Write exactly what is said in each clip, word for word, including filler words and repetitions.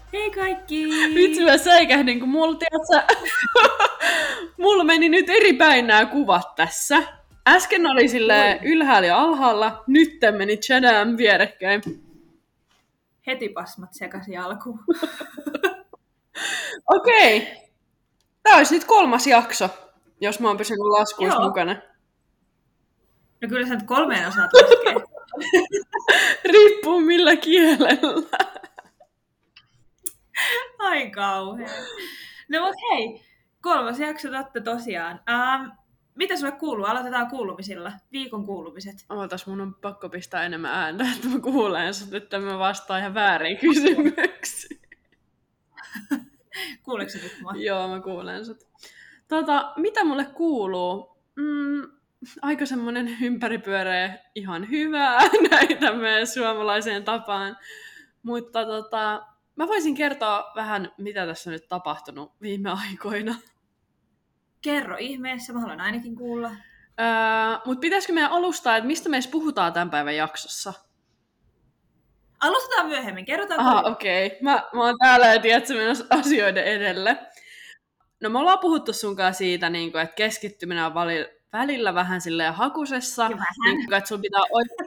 Hei kaikki! Vitsi mä säikähdin, kun mulla, tiiätsä, mulla meni nyt eri päin nämä kuvat tässä. Äsken oli sille ylhäällä ja alhaalla, nyt meni tjänään vierekkäin. Heti pasmat sekaisin alkuun. Okei. Okay. Tää olisi nyt kolmas jakso, jos mä oon pysynyt laskuissa Joo. mukana. No kyllä sä nyt kolmeen osaat laskea. Riippuu millä kielellä. Ai kauhea. No mut hei, kolmas jakso totta tosiaan. Ähm, mitä sulle kuuluu? Aloitetaan kuulumisilla. Viikon kuulumiset. Ootas, mun on pakko pistää enemmän ääntä, että mä kuulen sut, että mä vastaan ihan väärin kysymyksiin. Kuuleeko nyt mua? Joo, mä kuulen sut. Tota, mitä mulle kuuluu? Mm, aika semmonen ympäripyöreä, ihan hyvää näitä meidän suomalaiseen tapaan. Mutta tota, mä voisin kertoa vähän, mitä tässä on nyt tapahtunut viime aikoina. Kerro ihmeessä, mä haluan ainakin kuulla. Öö, Mutta pitäisikö meidän alustaa, että mistä meissä puhutaan tämän päivän jaksossa? Aloitetaan myöhemmin, kerrotaan. Aha, okei. Okay. Mä, mä oon täällä ja tiedätkö menossa asioiden edelle. No me ollaan puhuttu sunkaan siitä, niin kun, että keskittyminen on välillä vähän silleen hakusessa. Niin kun, että sun pitää,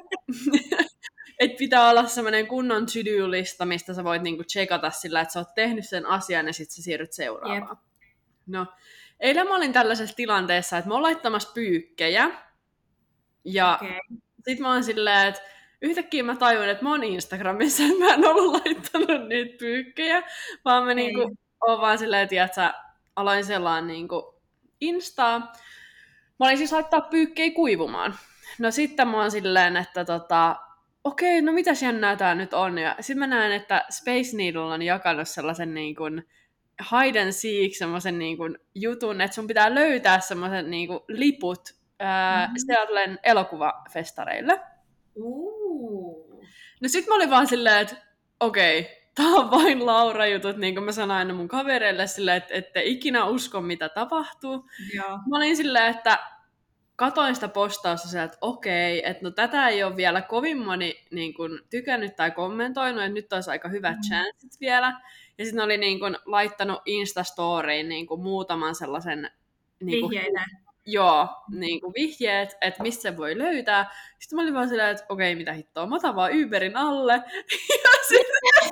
et pitää olla semmoinen kunnon to-do-lista, mistä sä voit niin checkata sillä, että sä oot tehnyt sen asian ja sitten sä siirryt seuraavaan. Yep. No, eilen mä olin tällaisessa tilanteessa, että mä oon laittamassa pyykkejä. Ja okay. Sit mä oon silleen, että yhtäkkiä mä tajun, että mä oon Instagramissa, että mä en ollut laittanut niitä pyykkejä, vaan mä niinku oon vaan silleen, että aloin sellaan niinku Instaa. Mä olin siis laittaa pyykkejä kuivumaan. No sitten mä oon silleen, että tota, okei, okay, no mitäs jännää tää nyt on? Ja sit mä näen, että Space Needle on jakanut sellaisen niinku hide and seek, semmoisen niinku jutun, että sun pitää löytää semmoisen niinku liput ää, mm-hmm. Seattlen elokuvafestareille. Uh. No sit mä olin vaan silleen, että okei, okay, tää on vain Laura-jutut, niin kuin mä sanoin aina mun kavereille silleen, että ette ikinä usko, mitä tapahtuu. Joo. Mä olin silleen, että katoin sitä postausta sieltä, että okei, okay, että no tätä ei ole vielä kovin moni niin kun, tykännyt tai kommentoinut, että nyt olisi aika hyvät mm. chanssit vielä. Ja sitten oli niin kun, laittanut Instastoriin niin kun, muutaman sellaisen niin kun, vihjeitä. Joo, niin kuin vihjeet, että mistä se voi löytää. Sitten mä olin vaan silleen, että okei, mitä hittoa, mä otan vaan Uberin alle. Ja sitten...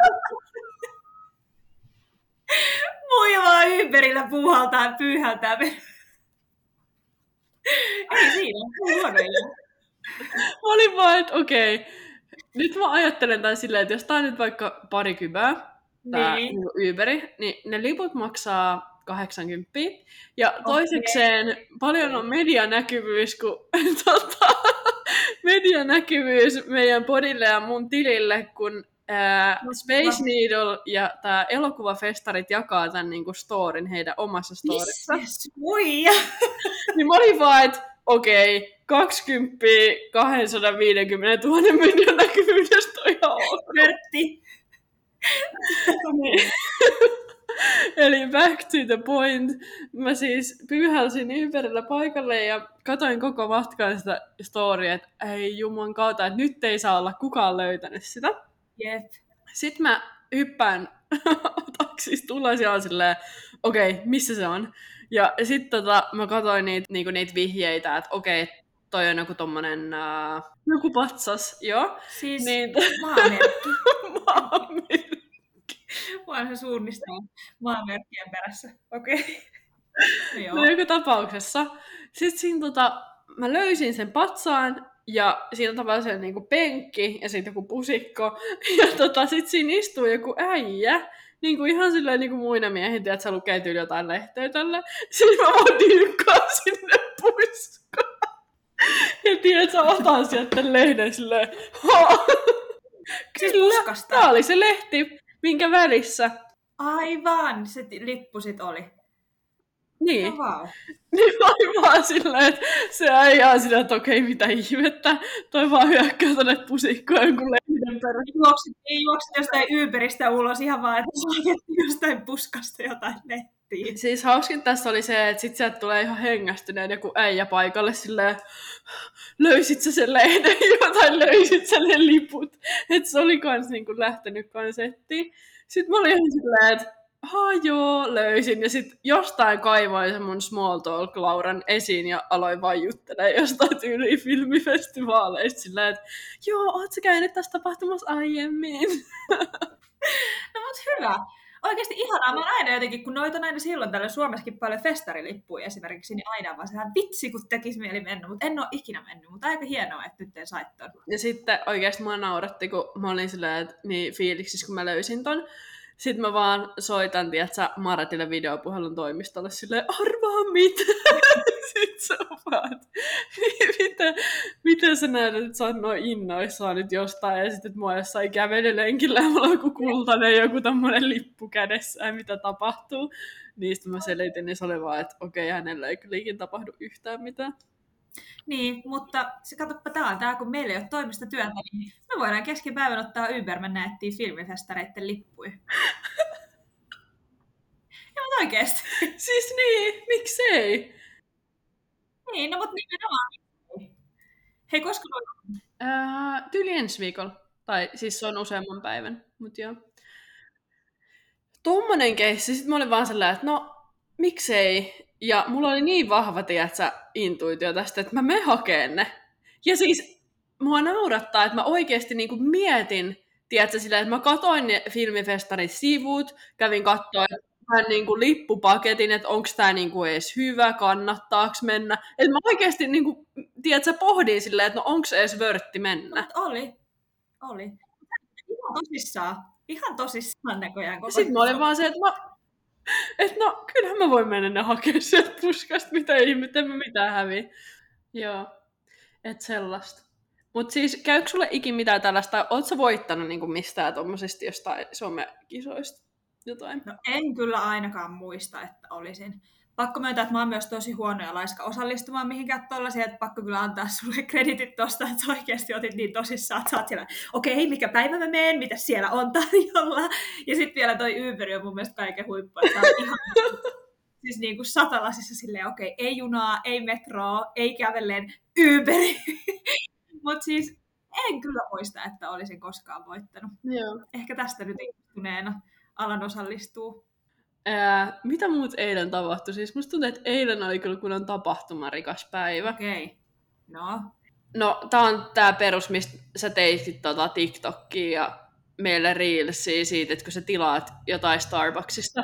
Muija vaan Uberillä puuhaltaa, pyyhältää. Ei siinä, huonoilla. Mä olin vaan, että okei, nyt mä ajattelen tämän silleen, että jos tää on nyt vaikka parikymää, tää niin. Uberi, niin ne liput maksaa kahdeksankymmentä. Ja toisekseen okay. Paljon on medianäkyvyys, kun tota, medianäkyvyys meidän podille ja mun tilille, kun ää, Space Needle ja tää elokuvafestarit jakaa tämän niinku storin heidän omassa storissa. Yes, muija! Niin mä olin vaan, että okei, okay, kaksikymmentä kaksisataaviisikymmentätuhatta medianäkyvyydestä on ihan Nörtti. Eli back to the point. Mä siis pyyhälsin Uberillä paikalle ja katoin koko matkan sitä storya, että ei juman kautta, että nyt ei saa olla kukaan löytänyt sitä. Yep. Sitten mä hyppään taksista tullaan siellä silleen, okei, okay, missä se on? Ja sitten tota, mä katsoin niitä, niinku niitä vihjeitä, että okei, okay, toi on joku tommonen, uh, joku patsas, joo. Siis niin, maamerkki. maamerkki. Vanha suunnistaa maamerkkien perässä. Okei. Okay. No, no joka tapauksessa. Sitten siinä tota, mä löysin sen patsaan ja siinä on tavallaan niinku penkki ja sitten joku pusikko. Ja tota, sitten siinä istuu joku äijä. Niinku ihan silleen niinku muina miehitä, että sä lukee tyyli jotain lehteä tällä. Sitten mä vaan dyykkaan sinne pusikkoon. Ja tiedät, sä otan sieltä tämän lehden silleen. Siis Kyllä, puskasta. tää oli se lehti. Minkä välissä? Aivan, se lippu sit oli. Niin. No, wow. Niin mä olin vaan silleen, että se äijää silleen, että okei, mitä ihmettä. Toi vaan hyökkää tonne pusikkoon jonkun lehden perään. Juoksit, ei juoksit jostain Uberistä ulos ihan vaan, että laitettiin jostain puskasta jotain nettiin. Siis hauskin tässä oli se, että sit sieltä tulee ihan hengästyneen joku äijä paikalle silleen, löysit sä sen lehden jotain, löysit sä ne liput. Että se oli kans niinku lähtenyt konsettiin. Sitten mä olin ihan silleen, että haa joo, löysin. Ja sitten jostain kaivoin sen mun small talk Lauran esiin ja aloin vaan juttelemaan jostain tyyliin filmifestivaaleista silleen, että joo, oot sä käynyt tässä tapahtumassa aiemmin? No mut hyvä. Oikeasti ihanaa. Mä oon aina jotenkin, kun noita on aina silloin tällöin Suomessakin paljon festarilippuja esimerkiksi, niin aina vaan sehän vitsi, kun tekisi mieli mennä, mutta en ole ikinä mennyt, mutta aika hienoa, että nyt sait ton. Ja sitten oikeasti mua nauratti, kun mä olin silleen, että niin fiiliksissä, kun mä löysin ton. Sitten mä vaan soitan, tiedätkö, Maratille videopuhelun toimistolle silleen, arvaa mitä? Sitten se on vaan, että miten, miten sä näet, että sä oot noin innoissaan nyt jostain, ja sitten mua jossain kävelylenkillä, ja mulla on joku kultainen joku tommonen lippu kädessä, ja mitä tapahtuu. Niistä mä selitin, niin se oli vaan, että okei, hänellä ei kyllä ikin tapahdu yhtään mitään. Niin, mutta se katsoppa tää on tää, kun meillä ei ole toimistotyötä, niin me voidaan keskipäivän ottaa Uber, mennä etsiä filmifestareitten lippuja. Ja mutta oikeesti. Siis niin, miksei? Niin, no mutta nimenomaan. Hei, koska noin? Ää, tyyli ensi viikolla. Tai siis se on useamman päivän, mut joo. Tuommoinen keissi, sit mä olin vaan sellainen, että no, miksei? Ja mulla oli niin vahva, tiedätkö, intuitio tästä, että mä menen hakeen ne. Ja siis mua naurattaa, että mä oikeesti niinku mietin, tiedätkö, silleen, että mä katoin ne filmifestarin sivut, kävin katsoa vähän niinku lippupaketin, että onko tää niinku edes hyvä, kannattaaks mennä. Että mä oikeesti niinku, tiedätkö, pohdin silleen, että no onks edes vörtti mennä. No, oli, oli. Ihan tosissaan, ihan tosissaan näköjään. Sitten mä olin vaan se, että mä... Et no, kyllähän mä voin mennä ne hakemaan sieltä puskasta, mitä ihmettä, en mä mitään häviä. Joo, et sellaista. Mut siis, käykö sulle ikin mitään tällaista, tai oot sä voittanut niinku mistään tommosista jostain somekisoista jotain? No en kyllä ainakaan muista, että olisin. Pakko myöntää, että mä oon myös tosi huono ja laiska osallistumaan mihinkään tollaisia, että pakko kyllä antaa sulle kreditit tosta, että sä oikeasti otit niin tosissaan, että sä oot siellä, okei, okay, mikä päivä mä menen, mitä siellä on tarjolla. Ja sitten vielä toi Uber on mun mielestä kaiken huippu, että on ihan siis niin kuin satalasissa silleen, okei, okay, ei junaa, ei metroa, ei kävellen Uberi. Mutta siis en kyllä muista, että olisin koskaan voittanut. Joo. Ehkä tästä nyt innostuneena alan osallistuu. Ää, mitä muut eilen tapahtui? Siis musta tuntuu, että eilen oli kyllä kun on tapahtumarikas päivä. Okei. Okay. No. No, tää on tää perus, mistä sä teit tota TikTokia ja meille Reelsia siitä, että kun sä tilaat jotain Starbucksista,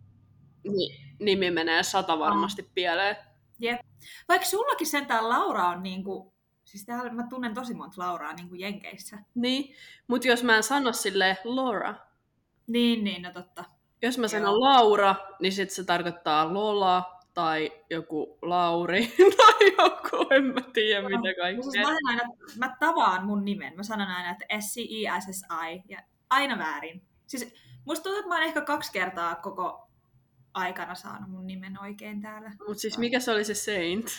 niin nimi menee sata varmasti oh. pieleen. Jep. Vaikka sullakin sentään Laura on niinku, siis täällä mä tunnen tosi monta Lauraa niinku Jenkeissä. Niin, mut jos mä en sano silleen Laura. Niin, niin, no totta. Jos mä sanon Laura, niin sit se tarkoittaa Lola tai joku Lauri tai joku, en mä tiedä no, mitä kaikkea. Siis mä, aina, mä tavaan mun nimen, mä sanon aina, että S C I S S I ja aina väärin. Siis musta tuntuu, että mä oon ehkä kaksi kertaa koko aikana saanut mun nimen oikein täällä. Mut siis mikä se oli se Saint?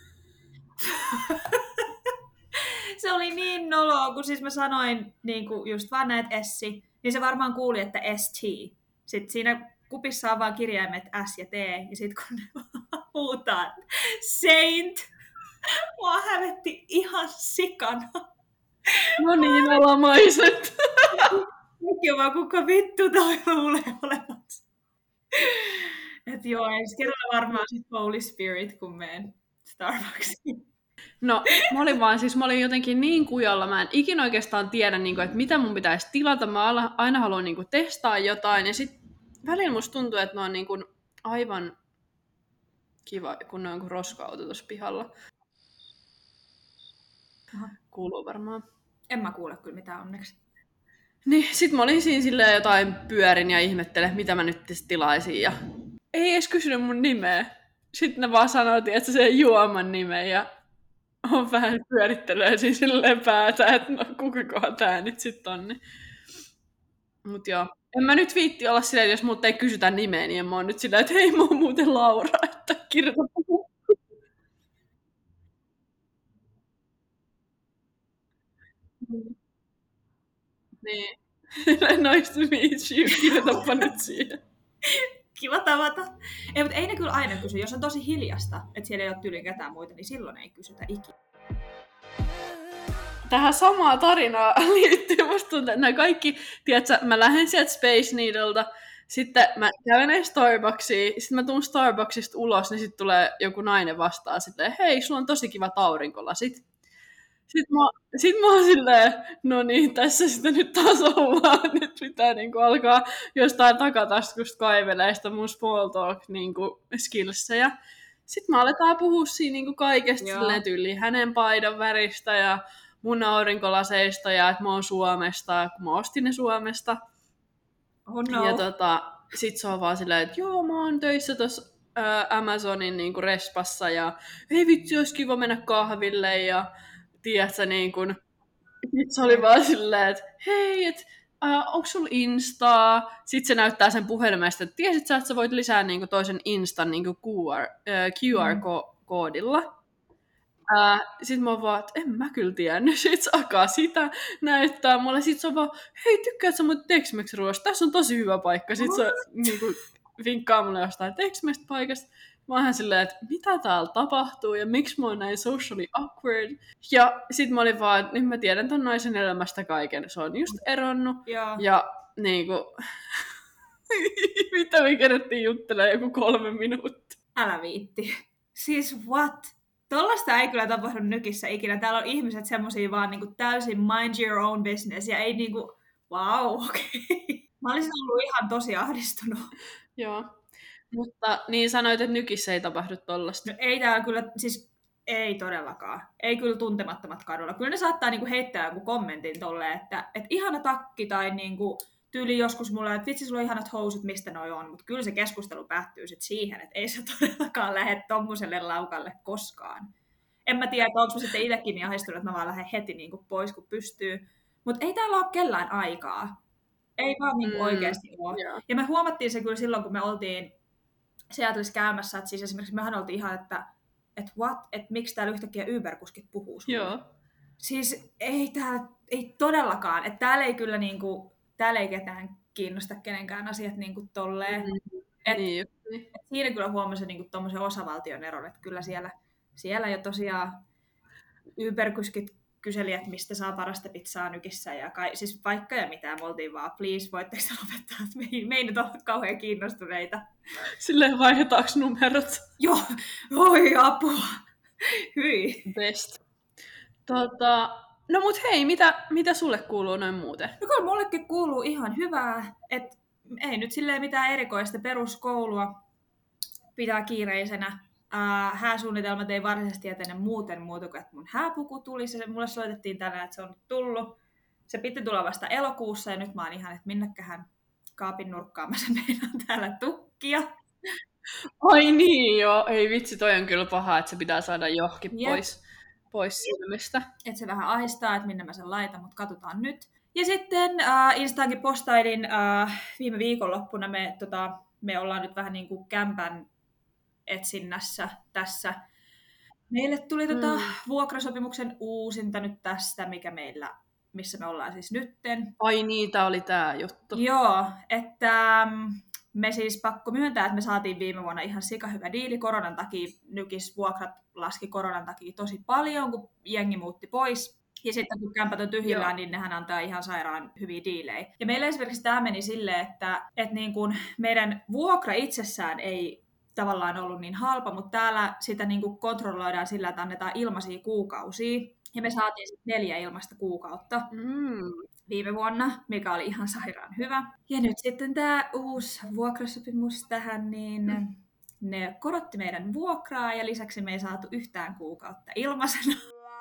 Se oli niin noloa, kun siis mä sanoin niin kuin just vaan näet Essi, niin se varmaan kuuli, että S T. Sitten siinä kupissa on vaan kirjaimet S ja T, ja sitten kun ne huutaa Saint, mua hävetti ihan sikana. No niin, alamaiset. Kaikki on vaan, kuka vittu toi luulee olevansa. Et joo, ensi kerralla varmaan sit Holy Spirit, kun menen Starbucksiin. No, mä olin vaan, siis mä olin jotenkin niin kujalla, mä en ikinä oikeastaan tiedä, niin kuin, että mitä mun pitäisi tilata, mä aina haluan niin kuin, testaa jotain, ja sit välillä musta tuntuu, että ne on niin kuin, aivan kiva, kun ne on kuin roska-auto tuossa pihalla. Aha. Kuuluu varmaan. En mä kuule kyllä mitään onneksi. Niin, sit mä olin siinä silleen jotain pyörin ja ihmettelen, mitä mä nyt tilaisin, ja ei edes kysynyt mun nimeä. Sitten ne vaan sanoi, että se juoman nimen, ja on vähän pyörittelee siinä silleen päätä, että no kukakohan tää nyt sit on. Niin. Mut joo. En mä nyt viitti olla silleen, että jos multa ei kysytä nimeä, niin mä oon nyt silleen, että hei, mä oon muuten Laura, että kirjoita. Niin. Nice to meet you. Kirjoitapa nyt siihen. Kiva tavata. Ei, mutta ei ne kyllä aina kysy. Jos on tosi hiljasta, että siellä ei ole tyyliin ketään muita, niin silloin ei kysytä ikinä. tähän samaan tarinaan liittyy, musta tuntuu, että nämä kaikki, tiedätkö, mä lähden sieltä Space Needlelta, sitten mä käyn Starbucksiin, sitten mä tuun Starbucksista ulos, niin sitten tulee joku nainen vastaan silleen, hei, sulla on tosi kivat aurinkolasit. Sitten mä, sit mä oon silleen, no niin, tässä sitä nyt taas ollaan, nyt pitää niinku alkaa jostain takataskusta kaivelee sitä mun small talk niinku skillsejä. Sitten me aletaan puhua siinä niinku kaikesta silleen tyyliin hänen paidan väristä ja mun aurinkolaseista ja että mä oon Suomesta, kun mä ostin ne Suomesta. Oh no. Ja tota, sit se on vaan silleen, että joo, mä oon töissä tossa ää, Amazonin niinku respassa ja ei vitsi, olisi kiva mennä kahville ja tiedätkö niin kun, sit se oli vaan silleen, että hei, et, äh, onko sulla Instaa? Sitten se näyttää sen puhelimesta, että tiesit sä, että sä voit lisää niinku toisen Instan niinku Q R, äh, Q R-koodilla. Äh, sitten mä oon vaan, että en mä kyllä tiennyt. Sitten se alkaa sitä näyttää mulle. Sitten se on vaan, hei, tykkäät sä mun Tex-Mex-ruoasta? Tässä on tosi hyvä paikka. Sitten se niinku, vinkkaa mulle jostain Tex-Mex-paikasta. Mä oon ihan silleen, että mitä täällä tapahtuu ja miksi mä oon näin socially awkward. Ja sit mä olin vaan, että nyt mä tiedän ton naisen elämästä kaiken. Se on just eronnut. Joo. Ja niinku, mitä me kerättiin juttelemaan joku kolme minuuttia. Älä viitti. Siis what? Tollasta ei kyllä tapahdu nykissä ikinä. Täällä on ihmiset semmosia vaan niinku täysin mind your own business ja ei niinku, wow, okei. Okay. Mä olisin ollut ihan tosi ahdistunut. Joo. Mutta niin sanoit, että nykissä ei tapahdu tollasta. No ei täällä kyllä, siis ei todellakaan. Ei kyllä tuntemattomat kadulla. Kyllä ne saattaa niinku heittää joku kommentin tolleen, että et ihana takki tai niinku tyyli joskus mulle, että vitsi sulla on ihanat housut, mistä noi on. Mutta kyllä se keskustelu päättyy sit siihen, että ei se todellakaan lähde tommoselle laukalle koskaan. En mä tiedä, onko mä sitten itsekin niin ahdistunut, että mä vaan lähden heti niinku pois, kun pystyy. Mutta ei täällä ole kellään aikaa. Ei vaan niinku mm, oikeasti ole. Yeah. Ja me huomattiin se kyllä silloin, kun me oltiin Seattleissa käymässä, että siis esimerkiksi mehän oltiin ihan, että että what, että miksi täällä yhtäkkiä Uber-kuskit puhuu sulle. Joo. Siis ei täällä, ei todellakaan, että täällä ei kyllä niinku, täällä ei ketään kiinnosta kenenkään asiat niinku tolleen. Mm, et, niin, et siinä kyllä huomasin niinku tommosen osavaltion eron, että kyllä siellä, siellä jo tosiaan Uber-kuskit kyseli, että mistä saa parasta pizzaa nykissä ja kai, siis vaikka ja mitään, me oltiin vaan, please, voitteko sä lopettaa, että me ei, me ei nyt ole kauhean kiinnostuneita. Silleen vaihdetaanko numerot? Joo, oi apua, hyi. Best. Tota, no mut hei, mitä, mitä sulle kuuluu noin muuten? No kyllä mullekin kuuluu ihan hyvää, että ei nyt silleen mitään erikoista, peruskoulua pitää kiireisenä. Uh, hääsuunnitelmat ei varsinaisesti etene muuten muuta kuin, että mun hääpuku tuli. Se, mulle soitettiin tänään, että se on tullut. Se piti tulla vasta elokuussa ja nyt mä oon ihan, että minnekähän kaapin nurkkaan mä sen meinaan täällä tukkia. Ai niin joo, ei vitsi, toi on kyllä paha, että se pitää saada johonkin yep. pois, pois silmistä. Että se vähän ahistaa, että minne mä sen laitan, mutta katsotaan nyt. Ja sitten uh, Instaankin postailin uh, viime viikonloppuna, me, tota, me ollaan nyt vähän niin kuin kämpän etsinnässä tässä. Meille tuli mm. tota vuokrasopimuksen uusinta nyt tästä, mikä meillä, missä me ollaan siis nytten. Ai niin, tää oli tää juttu. Joo, että me siis pakko myöntää, että me saatiin viime vuonna ihan sikahyvä diili koronan takia. Nykis vuokrat laski koronan takia tosi paljon, kun jengi muutti pois. Ja sitten kun kämpät on tyhjillään, niin nehän antaa ihan sairaan hyviä diilejä. Ja meillä esimerkiksi tämä meni silleen, että, että niin kuin meidän vuokra itsessään ei tavallaan ollut niin halpa, mutta täällä sitä niin kuin kontrolloidaan sillä, että annetaan ilmaisia kuukausia. Ja me saatiin sitten neljä ilmaista kuukautta mm. viime vuonna, mikä oli ihan sairaan hyvä. Ja nyt sitten tämä uusi vuokrasopimus tähän, niin mm. ne korotti meidän vuokraa ja lisäksi me ei saatu yhtään kuukautta ilmaisena.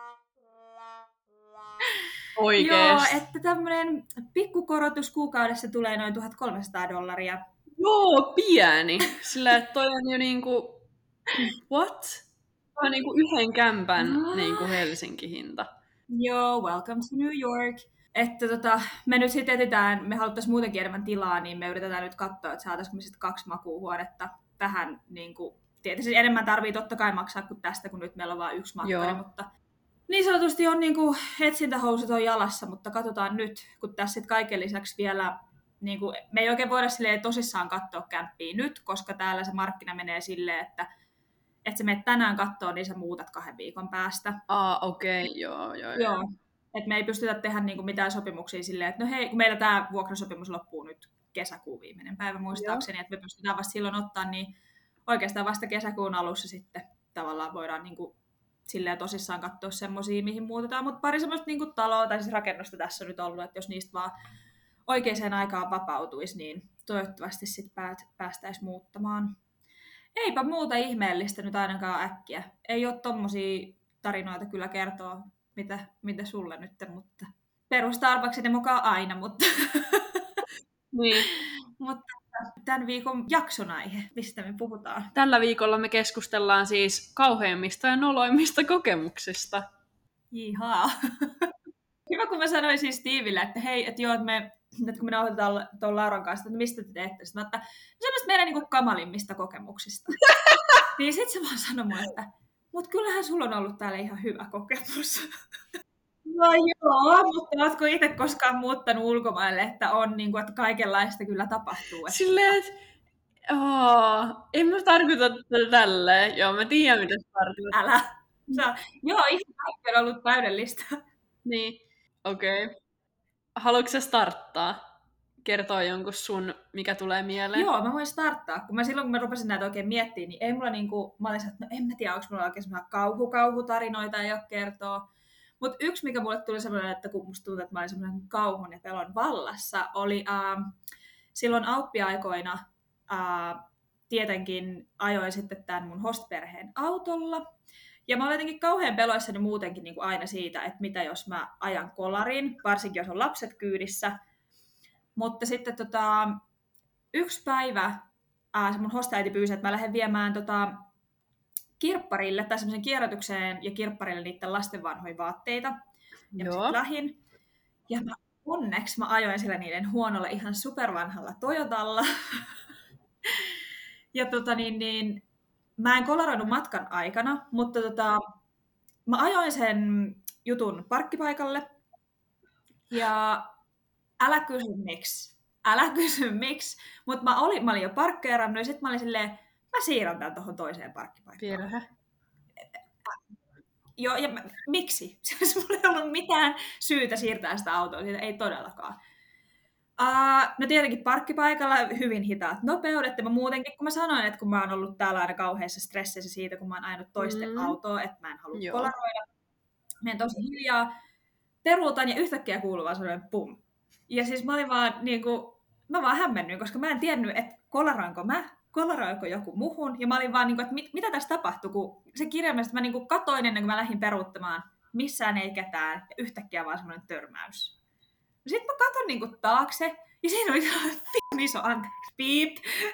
Oikeesti? Joo, että tämmöinen pikkukorotus kuukaudessa tulee noin tuhatkolmesataa dollaria. Joo, pieni. Sillä että toi on jo niinku, what? Toi on niinku yhden kämpän ah. niinku Helsinki-hinta. Joo, welcome to New York. Että tota, me nyt sitten etsitään, me haluttaisiin muutenkin enemmän tilaa, niin me yritetään nyt katsoa, että saataisiin me sitten kaksi makuuhuonetta vähän niinku, tietysti enemmän tarvii totta kai maksaa kuin tästä, kun nyt meillä on vain yksi makkari, mutta niin sanotusti on niinku etsintähousut on jalassa, mutta katsotaan nyt, kun tässä sitten kaiken lisäksi vielä niin kuin, me ei oikein voida silleen tosissaan katsoa kämppiä nyt, koska täällä se markkina menee silleen, että, että sä menet tänään katsoa, niin sä muutat kahden viikon päästä. Ah, okei, okay. joo, joo, joo. joo. että me ei pystytä tehdä niinku mitään sopimuksia silleen, että no hei, kun meillä tämä vuokrasopimus loppuu nyt kesäkuun viimeinen päivä muistaakseni, Joo. että me pystytään vasta silloin ottaa, niin oikeastaan vasta kesäkuun alussa sitten tavallaan voidaan niinku silleen tosissaan katsoa semmosia, mihin muutetaan, mutta pari semmoista niinku taloa tai siis rakennusta tässä on nyt ollut, että jos niistä vaan oikeaan aikaan vapautuisi, niin toivottavasti sitten päästäisiin muuttamaan. Eipä muuta ihmeellistä nyt ainakaan äkkiä. Ei ole tommosia tarinoita kyllä kertoa, mitä, mitä sulle nyt, mutta perustarvakseni mukaan aina, mutta, niin. mutta tämän viikon jakson aihe, mistä me puhutaan. Tällä viikolla me keskustellaan siis kauheimmista ja noloimmista kokemuksista. Jihaa. Hyvä, kun mä sanoin siis Tiiville, että hei, että joo, että me nyt kun me nauhoitetaan tuon Lauran kanssa, että mistä te teette? Sitten mä että semmoista meidän niinku kamalimmista kokemuksista. Niin sit se vaan sanoi mulle, että mut kyllähän sulla on ollut täällä ihan hyvä kokemus. No joo, mutta ootko itse koskaan muuttanut ulkomaille, että on niinku, että kaikenlaista kyllä tapahtuu. Että... Silleen, että oh, en mä tarkoita tätä tälleen. Joo, mä tiedän mitä sä tarkoitat. Älä. Sä... Joo, ihan kaikki on ollut täydellistä. Niin, okei. Okay. Haluatko sä starttaa? Kertoa jonkun sun, mikä tulee mieleen? Joo, mä voin starttaa. Kun mä silloin, kun mä rupesin näitä oikein miettimään, niin ei mulla niinku, mä olin että no en mä tiedä, onko mulla oikein semmoinen kauhu-kauhutarinoita ei ole kertoa. Mutta yksi, mikä mulle tuli semmoinen, että kun musta tuntuu, että mä olin semmoinen kauhun ja pelon vallassa, oli äh, silloin auppiaikoina äh, tietenkin ajoin sitten tämän mun host-perheen autolla. Ja mä olen jotenkin kauhean peloissani muutenkin niin kuin aina siitä, että mitä jos mä ajan kolarin, varsinkin jos on lapset kyydissä. Mutta sitten tota, yksi päivä ää, se mun hostaäiti pyysi, että mä lähden viemään tota, kirpparille tai semmoisen kierrätykseen ja kirpparille niiden lasten vanhoja vaatteita. Ja mä sitten lähdin. Ja mä, onneksi mä ajoin sillä niiden huonolla ihan supervanhalla Toyotalla. ja tota niin, niin mä en kolaroinut matkan aikana, mutta tota, mä ajoin sen jutun parkkipaikalle. Ja älä kysy miksi. Älä kysy miksi. Mutta mä olin, mä olin jo parkkeerannut ja sit mä olin silleen, mä siirrän tän tohon toiseen parkkipaikkaan. Virhe. Joo, ja mä, miksi? Siis mulla ei ollut mitään syytä siirtää sitä autoa, siitä ei todellakaan. Uh, no tietenkin parkkipaikalla hyvin hitaat nopeudet, ja mä muutenkin, kun mä sanoin, että kun mä oon ollut täällä aina kauheassa stressissä siitä, kun mä oon ajanut toisten mm. autoa, että mä en halua Joo. kolaroida. Menen tosi hiljaa, peruutan ja yhtäkkiä kuuluu vaan sellainen pum. Ja siis mä olin vaan niinku, mä vaan hämmennyin, koska mä en tiennyt, että kolaroinko mä, kolaroinko joku muhun. Ja mä olin vaan niinku, että mit, mitä tässä tapahtui, kun se kirjaimellisesti mä niinku katoin ennen kuin mä lähdin peruuttamaan, missään ei ketään, ja yhtäkkiä vaan semmoinen törmäys. Sitten mä katon niinku taakse, ja siinä oli sellainen iso, anteeksi, piip,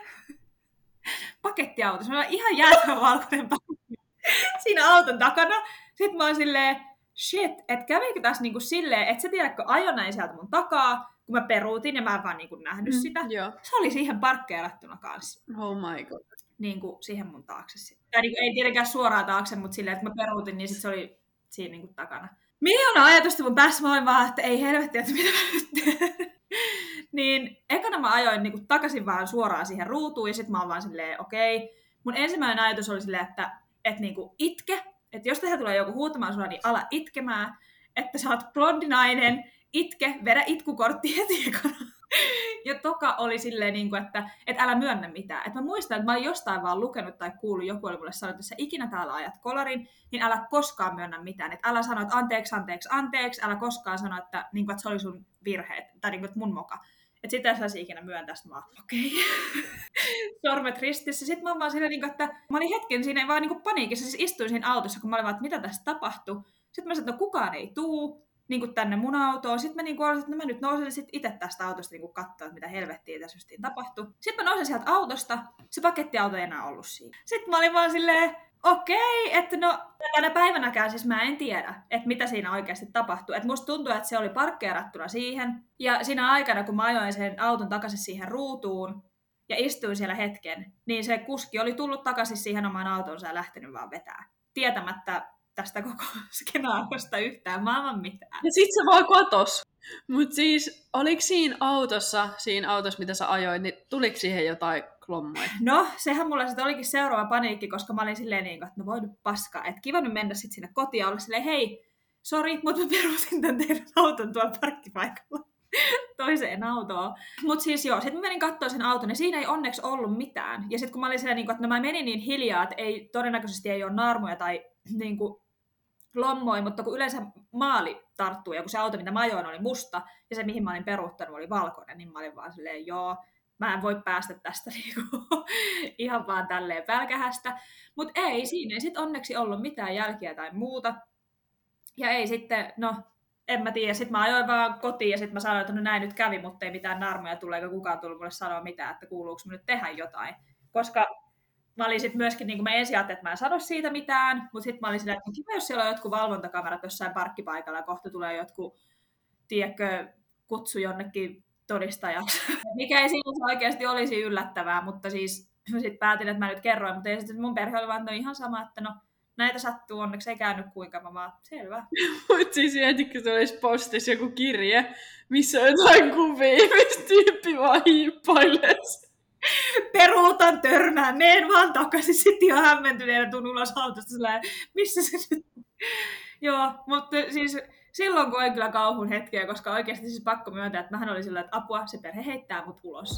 pakettiauto. Se oli ihan jäätävä valkoinen paketti siinä auton takana. Sitten mä oon silleen, shit, että kävikö tässä niinku silleen, että sä tiedätkö, ajon näin sieltä mun takaa, kun mä peruutin ja mä en vaan niinku nähnyt mm, sitä. Jo. Se oli siihen parkkeerattuna kanssa. Oh my god. Niinku siihen mun taakse sitten. Tai niinku, ei tietenkään suoraan taakse, mutta silleen, että mä peruutin, niin sit se oli siinä niinku takana. Miljoona ajatusta mun päässä, mä olin vaan, että ei helvetti, että mitä mä nyt teen. Niin ekana mä ajoin niinku takaisin vaan suoraan siihen ruutuun ja sit mä oon vaan silleen, okei. Okay. Mun ensimmäinen ajatus oli silleen, että et niinku itke. Että jos tähän tulee joku huutamaan sulla, niin ala itkemään. Että sä oot blondinainen, itke, vedä itkukortti heti ekana. Ja toka oli silleen, että, että älä myönnä mitään. Että mä muistan, että mä olin jostain vaan lukenut tai kuullut, joku oli mulle sanonut, että jos sä ikinä täällä ajat kolarin, niin älä koskaan myönnä mitään. Että älä sano, että anteeksi, anteeksi, anteeksi. Älä koskaan sano, että, niin kuin, että se oli sun virhe, tai että mun moka. Että sitä ei saisi ikinä myöntää, että mä oon, okei. Okay. Sormet ristissä. Sitten mä oon vaan silleen, että mä olin hetken siinä vaan niin paniikissa. Siis istuin siinä autossa, kun mä olin vaan, että mitä tässä tapahtui. Sitten mä sanoin, että no kukaan ei tuu niin tänne mun autoon. Sitten mä niin olin, että no mä nyt nousen sit itse tästä autosta niin katsoa, että mitä helvettiä tässä justiin tapahtui. Sitten mä nousin sieltä autosta. Se pakettiauto ei enää ollut siinä. Sitten mä olin vaan silleen, okei, okay, että no tänä päivänäkään siis mä en tiedä, että mitä siinä oikeasti tapahtui. Että musta tuntuu, että se oli parkkeerattuna siihen. Ja siinä aikana, kun mä ajoin sen auton takaisin siihen ruutuun ja istuin siellä hetken, niin se kuski oli tullut takaisin siihen omaan autonsa ja lähtenyt vaan vetää. Tietämättä tästä koko skenaariosta yhtään maailman mitään. Ja sit se vaan katos. Mut siis, oliko siinä autossa, siinä autossa mitä sä ajoit, niin tuliko siihen jotain klommoja? No, sehän mulla sitten olikin seuraava paniikki, koska mä olin silleen niin, että no voi nyt paskaa. Että kiva nyt mennä sitten sinne kotiin ja olla silleen, hei, sori, mutta mä peruutin tämän teidän auton tuolla parkkipaikalla toiseen autoon. Mutta siis joo, sitten mä menin katsoa sen auton, ja siinä ei onneksi ollut mitään. Ja sitten kun mä olin siellä, niin kun, että no mä menin niin hiljaa, että ei, todennäköisesti ei ole naarmuja tai niin kuin, lommoi, mutta kun yleensä maali tarttuu, ja kun se auto, mitä mä ajoin, oli musta, ja se, mihin mä olin peruuttanut, oli valkoinen, niin mä olin vaan silleen, joo, mä en voi päästä tästä niinku, ihan vaan tälleen pälkähästä. Mutta ei, siinä ei sitten onneksi ollut mitään jälkiä tai muuta. Ja ei sitten, no, en mä tiedä. Sitten mä ajoin vaan kotiin ja sitten mä sanoin, että no näin nyt kävi, mutta ei mitään narmuja tule, eikä kukaan tullut mulle sanoa mitään, että kuuluuko mun nyt tehdä jotain. Koska mä olin sitten myöskin, niin kuin mä ensin ajattelin, että mä en sano siitä mitään, mutta sitten mä olin silleen, että kiva, jos siellä on jotkut valvontakamerat jossain parkkipaikalla ja kohta tulee jotkut, tiedätkö, kutsu jonnekin todistajaksi. Mikä ei siinä oikeasti olisi yllättävää, mutta siis sitten päätin, että mä nyt kerroin, mutta ei sitten mun perhe oli vaan, että no ihan sama, että no näitä sattuu, onneksi ei käynyt kuinka, mä vaan, selvä. Mutta siis mietitkö, se olisi postissa joku kirje, missä on jotain kuvia, missä tyyppi vaan hiippailee. Peruutan, törmään, meen vaan takaisin, sitten ihan hämmentyneenä tuun ulos autosta silleen, missä se nyt on? Joo, mutta siis silloin koin kyllä kauhun hetkeä, koska oikeasti siis pakko myöntää, että mähän oli sillä, että apua, se perhe heittää mut ulos.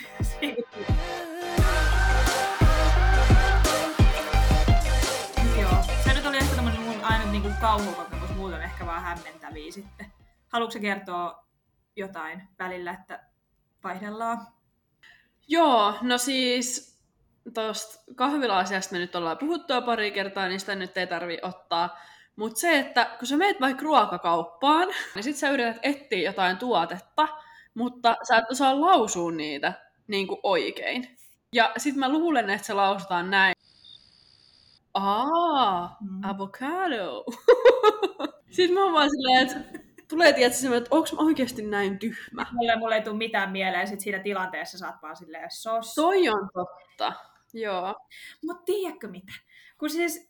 Joo, se nyt oli ehkä tämmönen mun ainut niinku kauhukokemus, muuten ehkä vaan hämmentäviä sitten. Haluatko kertoa jotain välillä, että vaihdellaan? Joo, no siis tuosta kahvila-asiasta me nyt ollaan puhuttua pari kertaa, niin sitä nyt ei tarvii ottaa. Mutta se, että kun sä meet vaikka ruokakauppaan, niin sit sä yrität etsiä jotain tuotetta, mutta sä et osaa lausua niitä niin kuin oikein. Ja sit mä luulen, että se lausutaan näin. Aa, mm. avocado. Sitten mä oon vaan silleen, että tulee tietysti semmoinen, että onko mä oikeasti näin tyhmä. Mulle, mulle ei tule mitään mieleen, sit siinä tilanteessa saat vaan silleen sos. Toi on totta, joo. Mut tiedätkö mitä? Kun siis,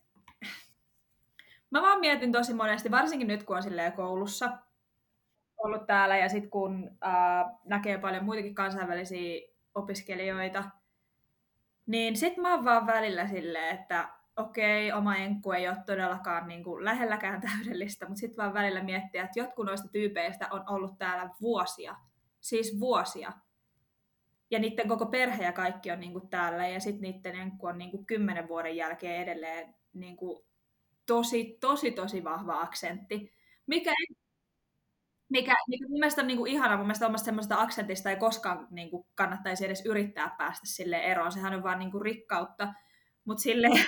mä vaan mietin tosi monesti, varsinkin nyt kun on silleen koulussa ollut täällä ja sit kun äh, näkee paljon muitakin kansainvälisiä opiskelijoita, niin sit mä oon vaan välillä silleen, että okei, oma enkku ei ole todellakaan niin kuin lähelläkään täydellistä, mutta sitten vaan välillä miettiä, että jotkut noista tyypeistä on ollut täällä vuosia. Siis vuosia. Ja niiden koko perhe ja kaikki on niin kuin täällä. Ja sitten niiden enkku on niin kuin kymmenen vuoden jälkeen edelleen niin kuin tosi, tosi, tosi vahva aksentti. Mikä ei... Mikä, mikä mun mielestä on niin kuin ihana, mun mielestä omasta semmoista aksentista ei koskaan niin kuin kannattaisi edes yrittää päästä sille eroon. Sehän on vaan niin kuin rikkautta. Mutta silleen,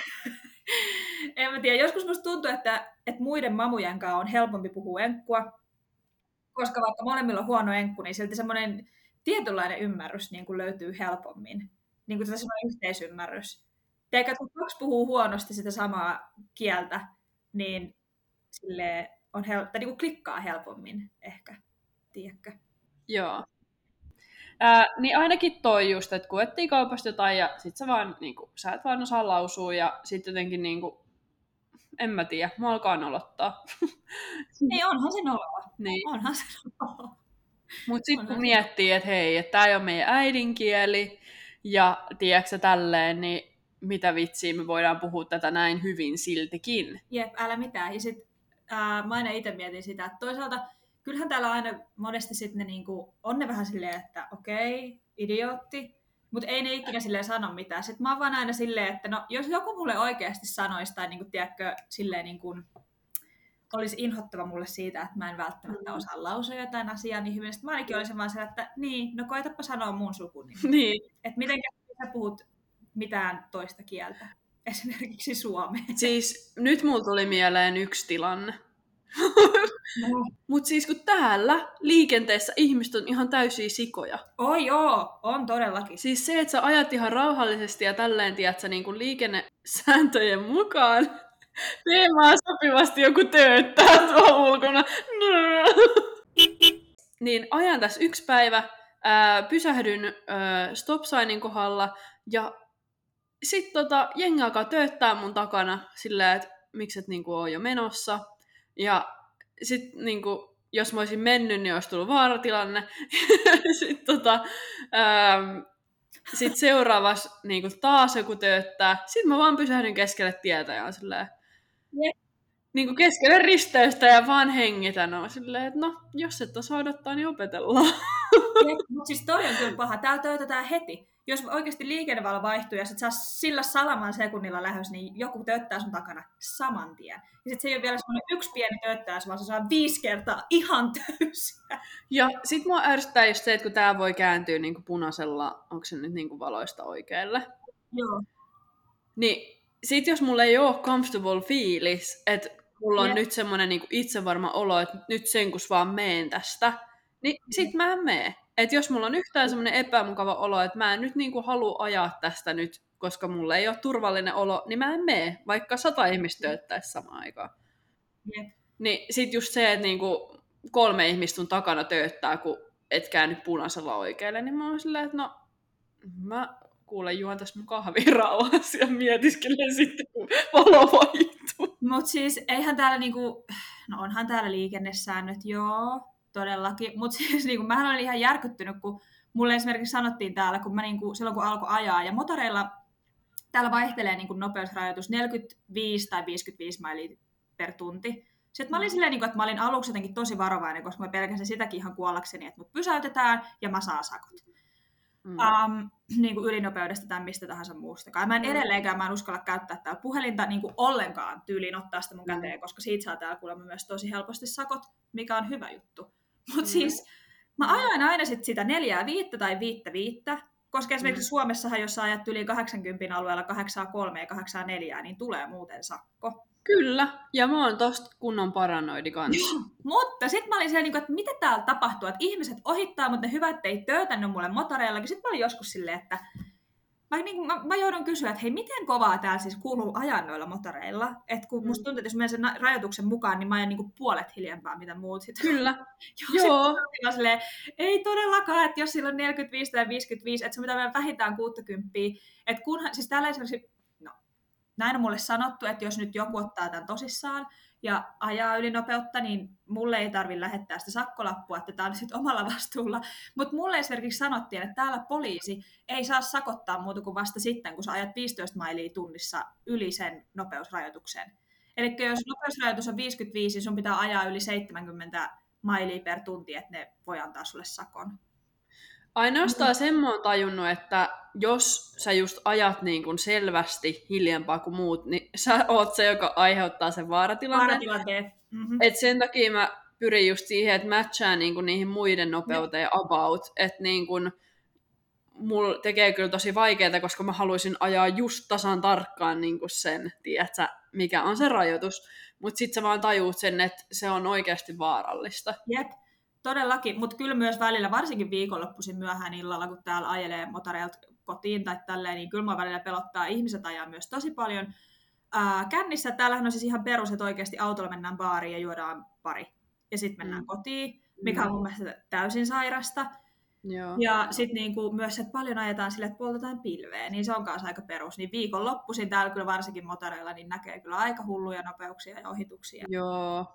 en mä tiedä, joskus musta tuntuu, että, että muiden mamujen kanssa on helpompi puhua enkkua, koska vaikka molemmilla on huono enkku, niin silti semmoinen tietynlainen ymmärrys niin kuin löytyy helpommin. Niin kuin semmoinen yhteisymmärrys. Teikö, kun kaksi puhuu huonosti sitä samaa kieltä, niin silleen on hel- tai niin kuin klikkaa helpommin ehkä, tiedätkö? Joo. Ää, niin ainakin toi just, että kun etsii kaupasta jotain ja sit sä vaan, niinku, sä et vaan osaa lausua ja sit jotenkin niinku, en mä tiedä, mä alkaa nolottaa. Ei, onhan se noloa. Niin. Onhan se noloa. Mut sit onhan kun miettii, että hei, että tää ei ole meidän äidinkieli ja tiedätkö tälleen, niin mitä vitsiä me voidaan puhua tätä näin hyvin siltikin. Jep, älä mitään. Ja sit ää, mä aina itse mietin sitä, että toisaalta kyllähän täällä aina monesti sitten ne niinku, on ne vähän silleen, että okei, idiootti, mutta ei ne ikinä silleen sano mitään. Sitten mä oon vaan aina silleen, että no, jos joku mulle oikeasti sanoisi tai niinku, tiedätkö, silleen niinku, olisi inhottava mulle siitä, että mä en välttämättä osaa lausua jotain asiaa niin hyvin. Sitten mä ainakin olisin vaan sellainen, että niin, no koetapa sanoa mun sukunimi. Niin. Että miten sä puhut mitään toista kieltä, esimerkiksi suomea. Siis nyt mulla tuli mieleen yksi tilanne. No. Mut siis kun täällä liikenteessä ihmiset on ihan täysiä sikoja. Oi joo, on todellakin. Siis se, että sä ajat ihan rauhallisesti ja tälleen, tiedätkö, niin kuin liikennesääntöjen mukaan, teemaan sopivasti joku tööttää tuolla ulkona. Niin ajan tässä yksi päivä, ää, pysähdyn ää, stop signin kohdalla ja sit tota, jengi alkaa tööttää mun takana silleen, että miksi et niinku oo jo menossa. Ja sit niinku, jos mä olisin mennyt, niin olisi tullut vaaratilanne. Sitten tota, ähm, sit seuraavassa niinku taas joku tööttää. Sitten mä vaan pysähdyn keskelle tietä ja on silleen... Yep. niin kuin keskelle risteystä ja vaan hengitän. No, silleen, että no, jos et osaa odottaa, niin opetellaan. Mutta siis toi on kyllä paha. Täällä töötetään heti. Jos oikeasti liikennevalo vaihtuu ja sit saa sillä salaman sekunnilla lähdössä, niin joku tööttää sun takana saman tien. Ja sit se ei ole vielä semmoinen yksi pieni tööttäys, vaan se saa viisi kertaa ihan täysiä. Ja sit mua ärsyttää just se, että kun tää voi kääntyä niinku punaisella, onko se nyt niinku valoista oikealle? Joo. Niin sit jos mulla ei ole comfortable fiilis, että mulla on Jep. nyt semmoinen niinku itsevarma olo, että nyt sen kun vaan meen tästä, niin sit mä en mee. Että jos mulla on yhtään semmoinen epämukava olo, että mä en nyt niinku halua ajaa tästä nyt, koska mulla ei ole turvallinen olo, niin mä en mee, vaikka sata ihmistä tööttäisi samaan aikaan. Jep. Niin sit just se, että niinku kolme ihmistä sun takana tööttää, kun et käänny punaisella oikealle, niin mä oon silleen, että no mä kuulen juon tässä mun kahvin rauhassa ja mietiskelen sitten, kun valo vaihtuu. Mut siis eihän täällä niinku, no onhan täällä liikennesäännöt, joo, todellakin. Mut siis niinku mähän olin ihan järkyttynyt, kun mulle esimerkiksi sanottiin täällä, kun mä niinku, silloin kun alkoi ajaa, ja motoreilla täällä vaihtelee niinku nopeusrajoitus neljäkymmentäviisi tai viisikymmentäviisi mailia per tunti. Sitten mä olin silleen, niinku, että mä olin aluksi jotenkin tosi varovainen, koska mä pelkäsin sitäkin ihan kuollakseni, että mut pysäytetään ja mä saan sakot. Mm. Um, niin kuin ylinopeudesta tai mistä tahansa muustakaan. Mä en edelleenkään mä en uskalla käyttää täällä puhelinta niin kuin ollenkaan tyyliin ottaa sitä mun käteen, koska siitä saa täällä kuulemma myös tosi helposti sakot, mikä on hyvä juttu. Mutta mm. siis mä ajoin aina sit sitä neljää viittä tai viittä viittä, koska esimerkiksi mm. Suomessahan, jos sä ajat yli kahdeksankymmentä alueella kahdeksan kolme ja kahdeksan neljä, niin tulee muuten sakko. Kyllä, ja mä oon tosta kunnon paranoidi kanssa. Mutta sitten mä olin siellä, että mitä täällä tapahtuu, että ihmiset ohittaa, mutta ne hyvät ei töötännyt mulle motoreillakin. Sitten mä olin joskus silleen, että mä, niin kuin, mä, mä joudun kysyä, että hei, miten kovaa täällä siis kuuluu ajaa noilla motoreilla? Että kun musta tuntuu, että jos menen sen rajoituksen mukaan, niin mä ajan niin kuin puolet hiljempaa, mitä muut sitten. Kyllä, joo. joo. Mä silleen, ei todellakaan, että jos sillä on neljäkymmentäviisi tai viisikymmentäviisi, että se pitää mennä vähintään kuusikymmentä. Että kunhan, siis täällä esimerkiksi, no, näin on mulle sanottu, että jos nyt joku ottaa tämän tosissaan ja ajaa ylinopeutta, niin mulle ei tarvitse lähettää sitä sakkolappua, että tämä on sitten omalla vastuulla. Mutta mulle esimerkiksi sanottiin, että täällä poliisi ei saa sakottaa muuta kuin vasta sitten, kun sä ajat viisitoista mailia tunnissa yli sen nopeusrajoituksen. Eli jos nopeusrajoitus on viisikymmentäviisi, sun pitää ajaa yli seitsemänkymmentä mailia per tunti, että ne voi antaa sulle sakon. Ainoastaan sen mä oon tajunnut, että jos sä just ajat niin kuin selvästi hiljempaa kuin muut, niin sä oot se, joka aiheuttaa sen vaaratilanteen. Vaaratilanteen. Mm-hmm. Et sen takia mä pyrin just siihen, että matchaa niin kuin niihin muiden nopeuteen about. Että niin kuin mulla tekee kyllä tosi vaikeaa, koska mä haluaisin ajaa just tasan tarkkaan niin kuin sen, tiedätkö, mikä on se rajoitus. Mutta sit sä vaan tajuut sen, että se on oikeasti vaarallista. Jep. Todellakin, mutta kyllä myös välillä, varsinkin viikonloppuisin myöhään illalla, kun täällä ajelee motoreilta kotiin tai tälleen, niin kyllä mua välillä pelottaa. Ihmiset ajaa myös tosi paljon ää, kännissä. Täällähän on siis ihan perus, että oikeasti autolla mennään baariin ja juodaan pari. Ja sitten mennään mm. kotiin, mikä on mun mielestä täysin sairasta. Joo. Ja sitten niinku myös, että paljon ajetaan sille, että poltetaan pilveä, niin se on kanssa aika perus. Niin viikonloppuisin täällä kyllä varsinkin motoreilla niin näkee kyllä aika hulluja nopeuksia ja ohituksia. Joo.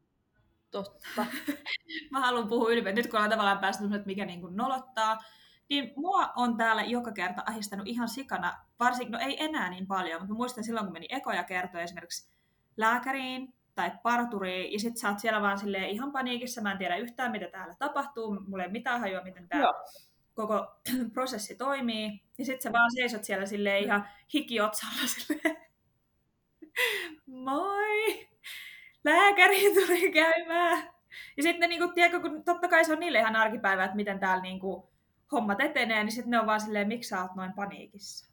Totta. Mä haluan puhua ylipäätään. Nyt kun ollaan tavallaan päästy että mikä niin kuin nolottaa, niin mua on täällä joka kerta ahdistanut ihan sikana, varsinkin, no ei enää niin paljon, mutta mä muistan silloin, kun meni ekoja kertoja esimerkiksi lääkäriin tai parturiin, ja sit sä oot siellä vaan silleen ihan paniikissa, mä en tiedä yhtään, mitä täällä tapahtuu, mulla ei mitään hajua, miten tää Joo. koko prosessi toimii, ja sit sä vaan seisot siellä silleen ihan hikiotsalla silleen, moi! Lääkäriin tuli käymään. Ja sitten niinku, tiedätkö, kun totta kai se on niille ihan arkipäivä, että miten täällä niinku hommat etenee, niin sitten ne on vaan silleen, miksi sä oot noin paniikissa.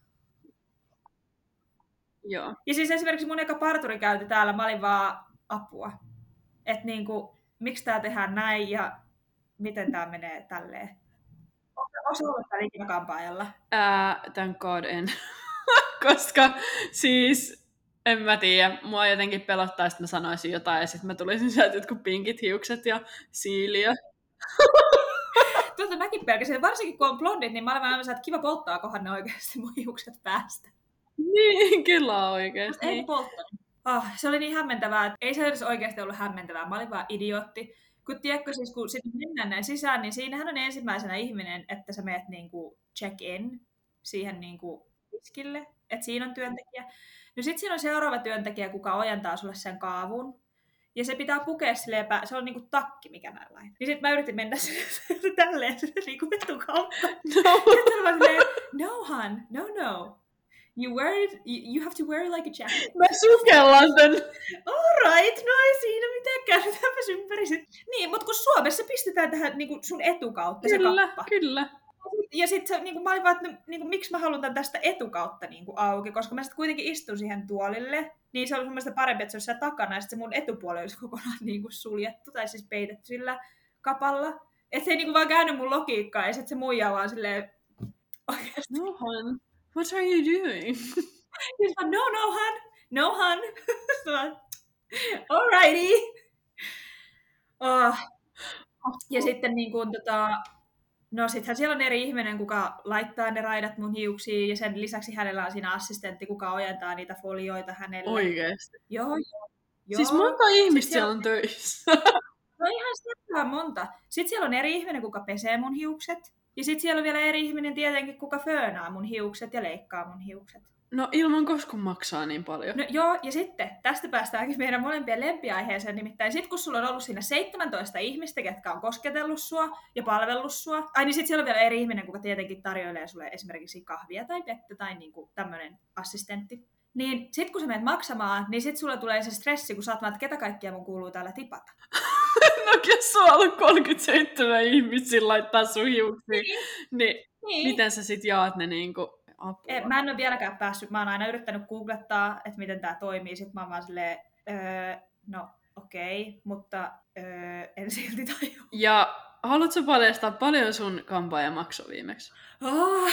Joo. Ja siis esimerkiksi mun eka parturi käynti täällä, mä olin vaan apua. Että niinku, miksi tää tehdään näin ja miten tää menee tälleen. Onko se ollut täällä ikinä kampaajalla? Uh, thank God en. Koska siis... En mä tiedä. Mua jotenkin pelottaa, että mä sanoisin jotain ja sitten mä tulisin sieltä jotkut pinkit hiukset ja siiliö. Tuota mäkin pelkäsin. Varsinkin kun on blondit, niin mä olen aina että kiva polttaa, kohan ne oikeasti mun hiukset päästä. Niin, kyllä oikeasti. Ei polttanut. Oh, se oli niin hämmentävää, että ei se edes oikeasti ollut hämmentävää. Mä olin vaan idiootti. Kun tiedätkö siis, kun sinne mennään näin sisään, niin siinähän on ensimmäisenä ihminen, että sä meet niinku check-in siihen niinku tiskille, että siinä on työntekijä. No sit siinä on seuraava työntekijä, kuka ojentaa sulle sen kaavun. Ja se pitää pukea silleen, se on niinku takki, mikä mä lain. Niin sit mä yritin mennä tälleen niinku etukautta. No. Sitten mä silleen, no hun, no no. You wear it, you, you have to wear it like a jacket. Mä sukellan tän. Alright, no ei siinä mitään, käännytäänpäs ympäri sit. Niin, mutta kun Suomessa pistetään tähän niinku sun etukautta Kyllä, se kappa. kyllä. Ja sitten niinku, mä olin vaan, että niinku, miksi mä haluan tämän tästä etukautta niinku, auki, koska mä sitten kuitenkin istun siihen tuolille. Niin se oli mun mielestä parempi, että se olisi siellä takana ja sitten se mun etupuoli olisi kokonaan niinku, suljettu tai siis peitetty sillä kapalla. Että se ei niinku, vaan käynyt mun logiikkaa ja sitten se muija vaan silleen oikeasti. No hun, what are you doing? Ja mä, no no hun, no hun. Alrighty. Oh. Ja sitten niin kuin, tota, no sittenhän siellä on eri ihminen, kuka laittaa ne raidat mun hiuksiin, ja sen lisäksi hänellä on siinä assistentti, kuka ojentaa niitä folioita hänelle. Oikeesti? Joo, joo. joo. Siis monta ihmistä siellä on töissä. No ihan siellä monta. Sitten siellä on eri ihminen, kuka pesee mun hiukset. Ja sitten siellä on vielä eri ihminen tietenkin, kuka föönaa mun hiukset ja leikkaa mun hiukset. No ilman koskun maksaa niin paljon. No joo, ja sitten tästä päästäänkin meidän molempien lempiaiheeseen, nimittäin sit kun sulla on ollut siinä seitsemäntoista ihmistä, ketkä on kosketellut sua ja palvellut sua, ai niin sit siellä on vielä eri ihminen, kuka tietenkin tarjoilee sulle esimerkiksi kahvia tai vettä tai niinku tämmönen assistentti. Niin sit kun sä menet maksamaan, niin sit sulla tulee se stressi, kun sä oot vaan, että ketä kaikkia mun kuuluu täällä tipata. No jos sulla on ollut kolmekymmentäseitsemän ihmisiä laittaa sun hiuksiin, niin, niin, niin miten sä sit jaat ne niinku... Apua. Mä en ole vieläkään päässyt, mä oon aina yrittänyt googlettaa, että miten tää toimii, sit mä oon vaan silleen, öö, no okei, okay, mutta öö, en silti tajua. Ja haluatko paljastaa paljon sun kampaaja maksoi viimeksi? Oh.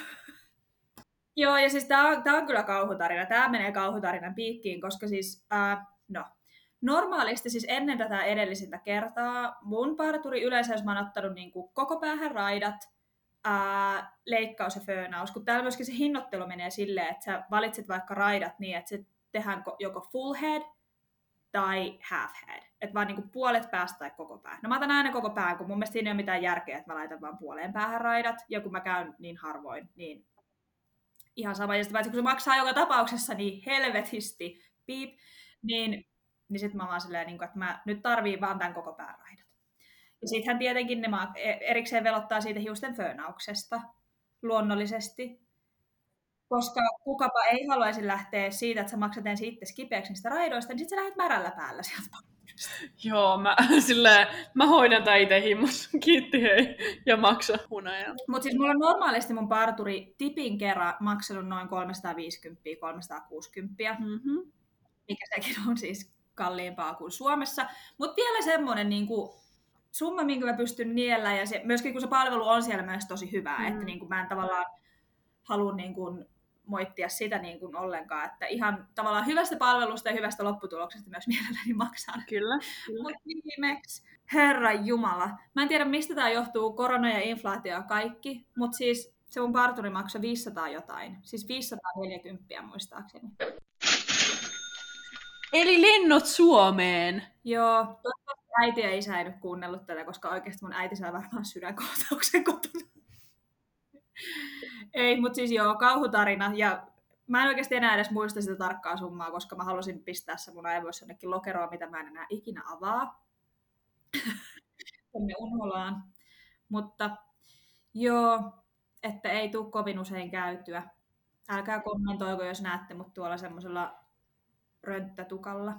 Joo, ja siis tää on, tää on kyllä kauhutarina, tää menee kauhutarinan piikkiin, koska siis, äh, no, normaalisti siis ennen tätä edellisintä kertaa, mun parturi yleensä, jos mä oon ottanut niin kuin koko päähän raidat, Ää, leikkaus ja föönaus, kun täällä myöskin se hinnoittelu menee silleen, että sä valitset vaikka raidat niin, että se tehdään joko full head tai half head. Että vaan niinku puolet päästä tai koko pää. No mä otan aina koko pään, kun mun mielestä siinä ei ole mitään järkeä, että mä laitan vaan puoleen päähän raidat. Ja kun mä käyn niin harvoin, niin ihan sama. Ja sitten kun se maksaa joka tapauksessa niin helvetisti, piip, niin, niin sit mä vaan silleen, että mä nyt tarviin vaan tämän koko pään raidat. Ja sittenhän tietenkin ne erikseen velottaa siitä hiusten föönauksesta luonnollisesti, koska kukapa ei haluaisi lähteä siitä, että sä maksat ensin itse kipeäksi niistä raidoista, niin sit sä lähdet märällä päällä sieltä. Joo, mä, silleen, mä hoidan tää ite himmassa, kiitti hei, ja maksa hunajan. Mut siis mulla on normaalisti mun parturi tipin kerran maksanut noin kolmesataaviisikymmentä kolmesataakuusikymmentä, mm-hmm. mikä sekin on siis kalliimpaa kuin Suomessa. Mutta vielä semmonen niinku summa, minkä mä pystyn niellä, ja se, myöskin kun se palvelu on siellä myös tosi hyvää, mm. että niin kuin mä en tavallaan halua niin kuin moittia sitä niin kuin ollenkaan, että ihan tavallaan hyvästä palvelusta ja hyvästä lopputuloksesta myös mielelläni maksan. Kyllä. kyllä. Mutta viimeksi, herra jumala, mä en tiedä mistä tää johtuu, korona ja inflaatio ja kaikki, mutta siis se mun parturi maksoi viisisataa jotain, siis viisisataaneljäkymmentä muistaakseni. Eli lennot Suomeen. Joo, toivottavasti äiti ja isä ei nyt kuunnellut tätä, koska oikeasti mun äiti saa varmaan sydänkohtauksen kotona. Ei, mutta siis joo, kauhutarina. Ja mä en oikeasti enää edes muista sitä tarkkaa summaa, koska mä halusin pistää se mun aivoissa jonnekin lokeroon, mitä mä en enää ikinä avaa. Tänne unholaan. Mutta joo, että ei tule kovin usein käytyä. Älkää kommentoiko, jos näette mut tuolla semmosella rönttätukalla.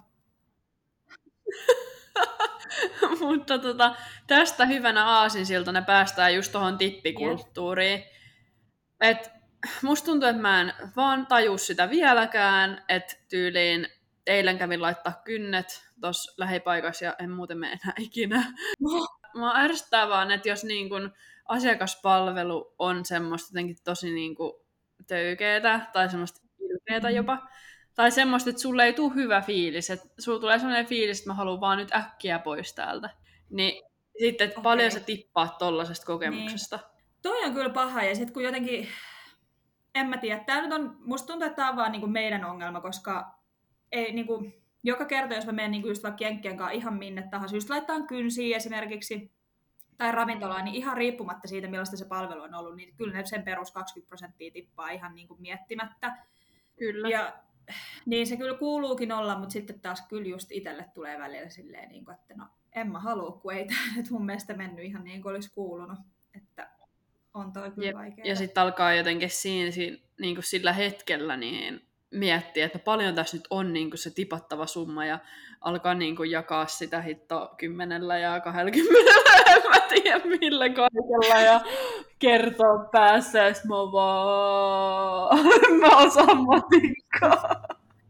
Mutta tota, tästä hyvänä aasinsiltana päästään just tuohon tippikulttuuriin. Yes. Et musta tuntuu, että mä en vaan taju sitä vieläkään, että tyyliin eilen kävin laittaa kynnet tuossa lähipaikassa ja en muuten mene enää ikinä. Mä ärsyttää vaan, että jos niin kun asiakaspalvelu on semmoista jotenkin tosi niin kun töykeetä tai semmoista ilkeetä jopa, tai semmoista, että sulle ei tule hyvä fiilis, että sulla tulee semmoinen fiilis, että mä haluan vaan nyt äkkiä pois täältä. Niin sitten, että okay. paljon sä tippaat tollasesta kokemuksesta. Niin. Toi on kyllä paha, ja sitten kun jotenkin, en mä tiedä, tää nyt on, musta tuntuu, että tää on vaan niinku meidän ongelma, koska ei niinku, joka kerta, jos mä menen niinku just vaikka jenkkien kanssa ihan minne tahansa, just laittaa kynsiä esimerkiksi, tai ravintolaa, niin ihan riippumatta siitä, millaista se palvelu on ollut, niin kyllä ne sen perus kaksikymmentä prosenttia tippaa ihan niin kuin miettimättä. Kyllä. Ja niin se kyllä kuuluukin olla, mutta sitten taas kyllä just itselle tulee välillä silleen, niin kuin, että no en mä halua, kun ei tämä nyt mun mielestä mennyt ihan niin kuin olisi kuulunut. Että on toi kyllä vaikeaa. Ja sitten alkaa jotenkin siinä, siinä niin kuin sillä hetkellä niin miettiä, että paljon tässä nyt on niin kuin se tipattava summa ja alkaa niin kuin jakaa sitä hitto kymmenellä ja kahdelkymmenellä, en mä tiedä millä kaikella ja kertoo päässä ja sit mä oon vaan, mä osaan matikkaa.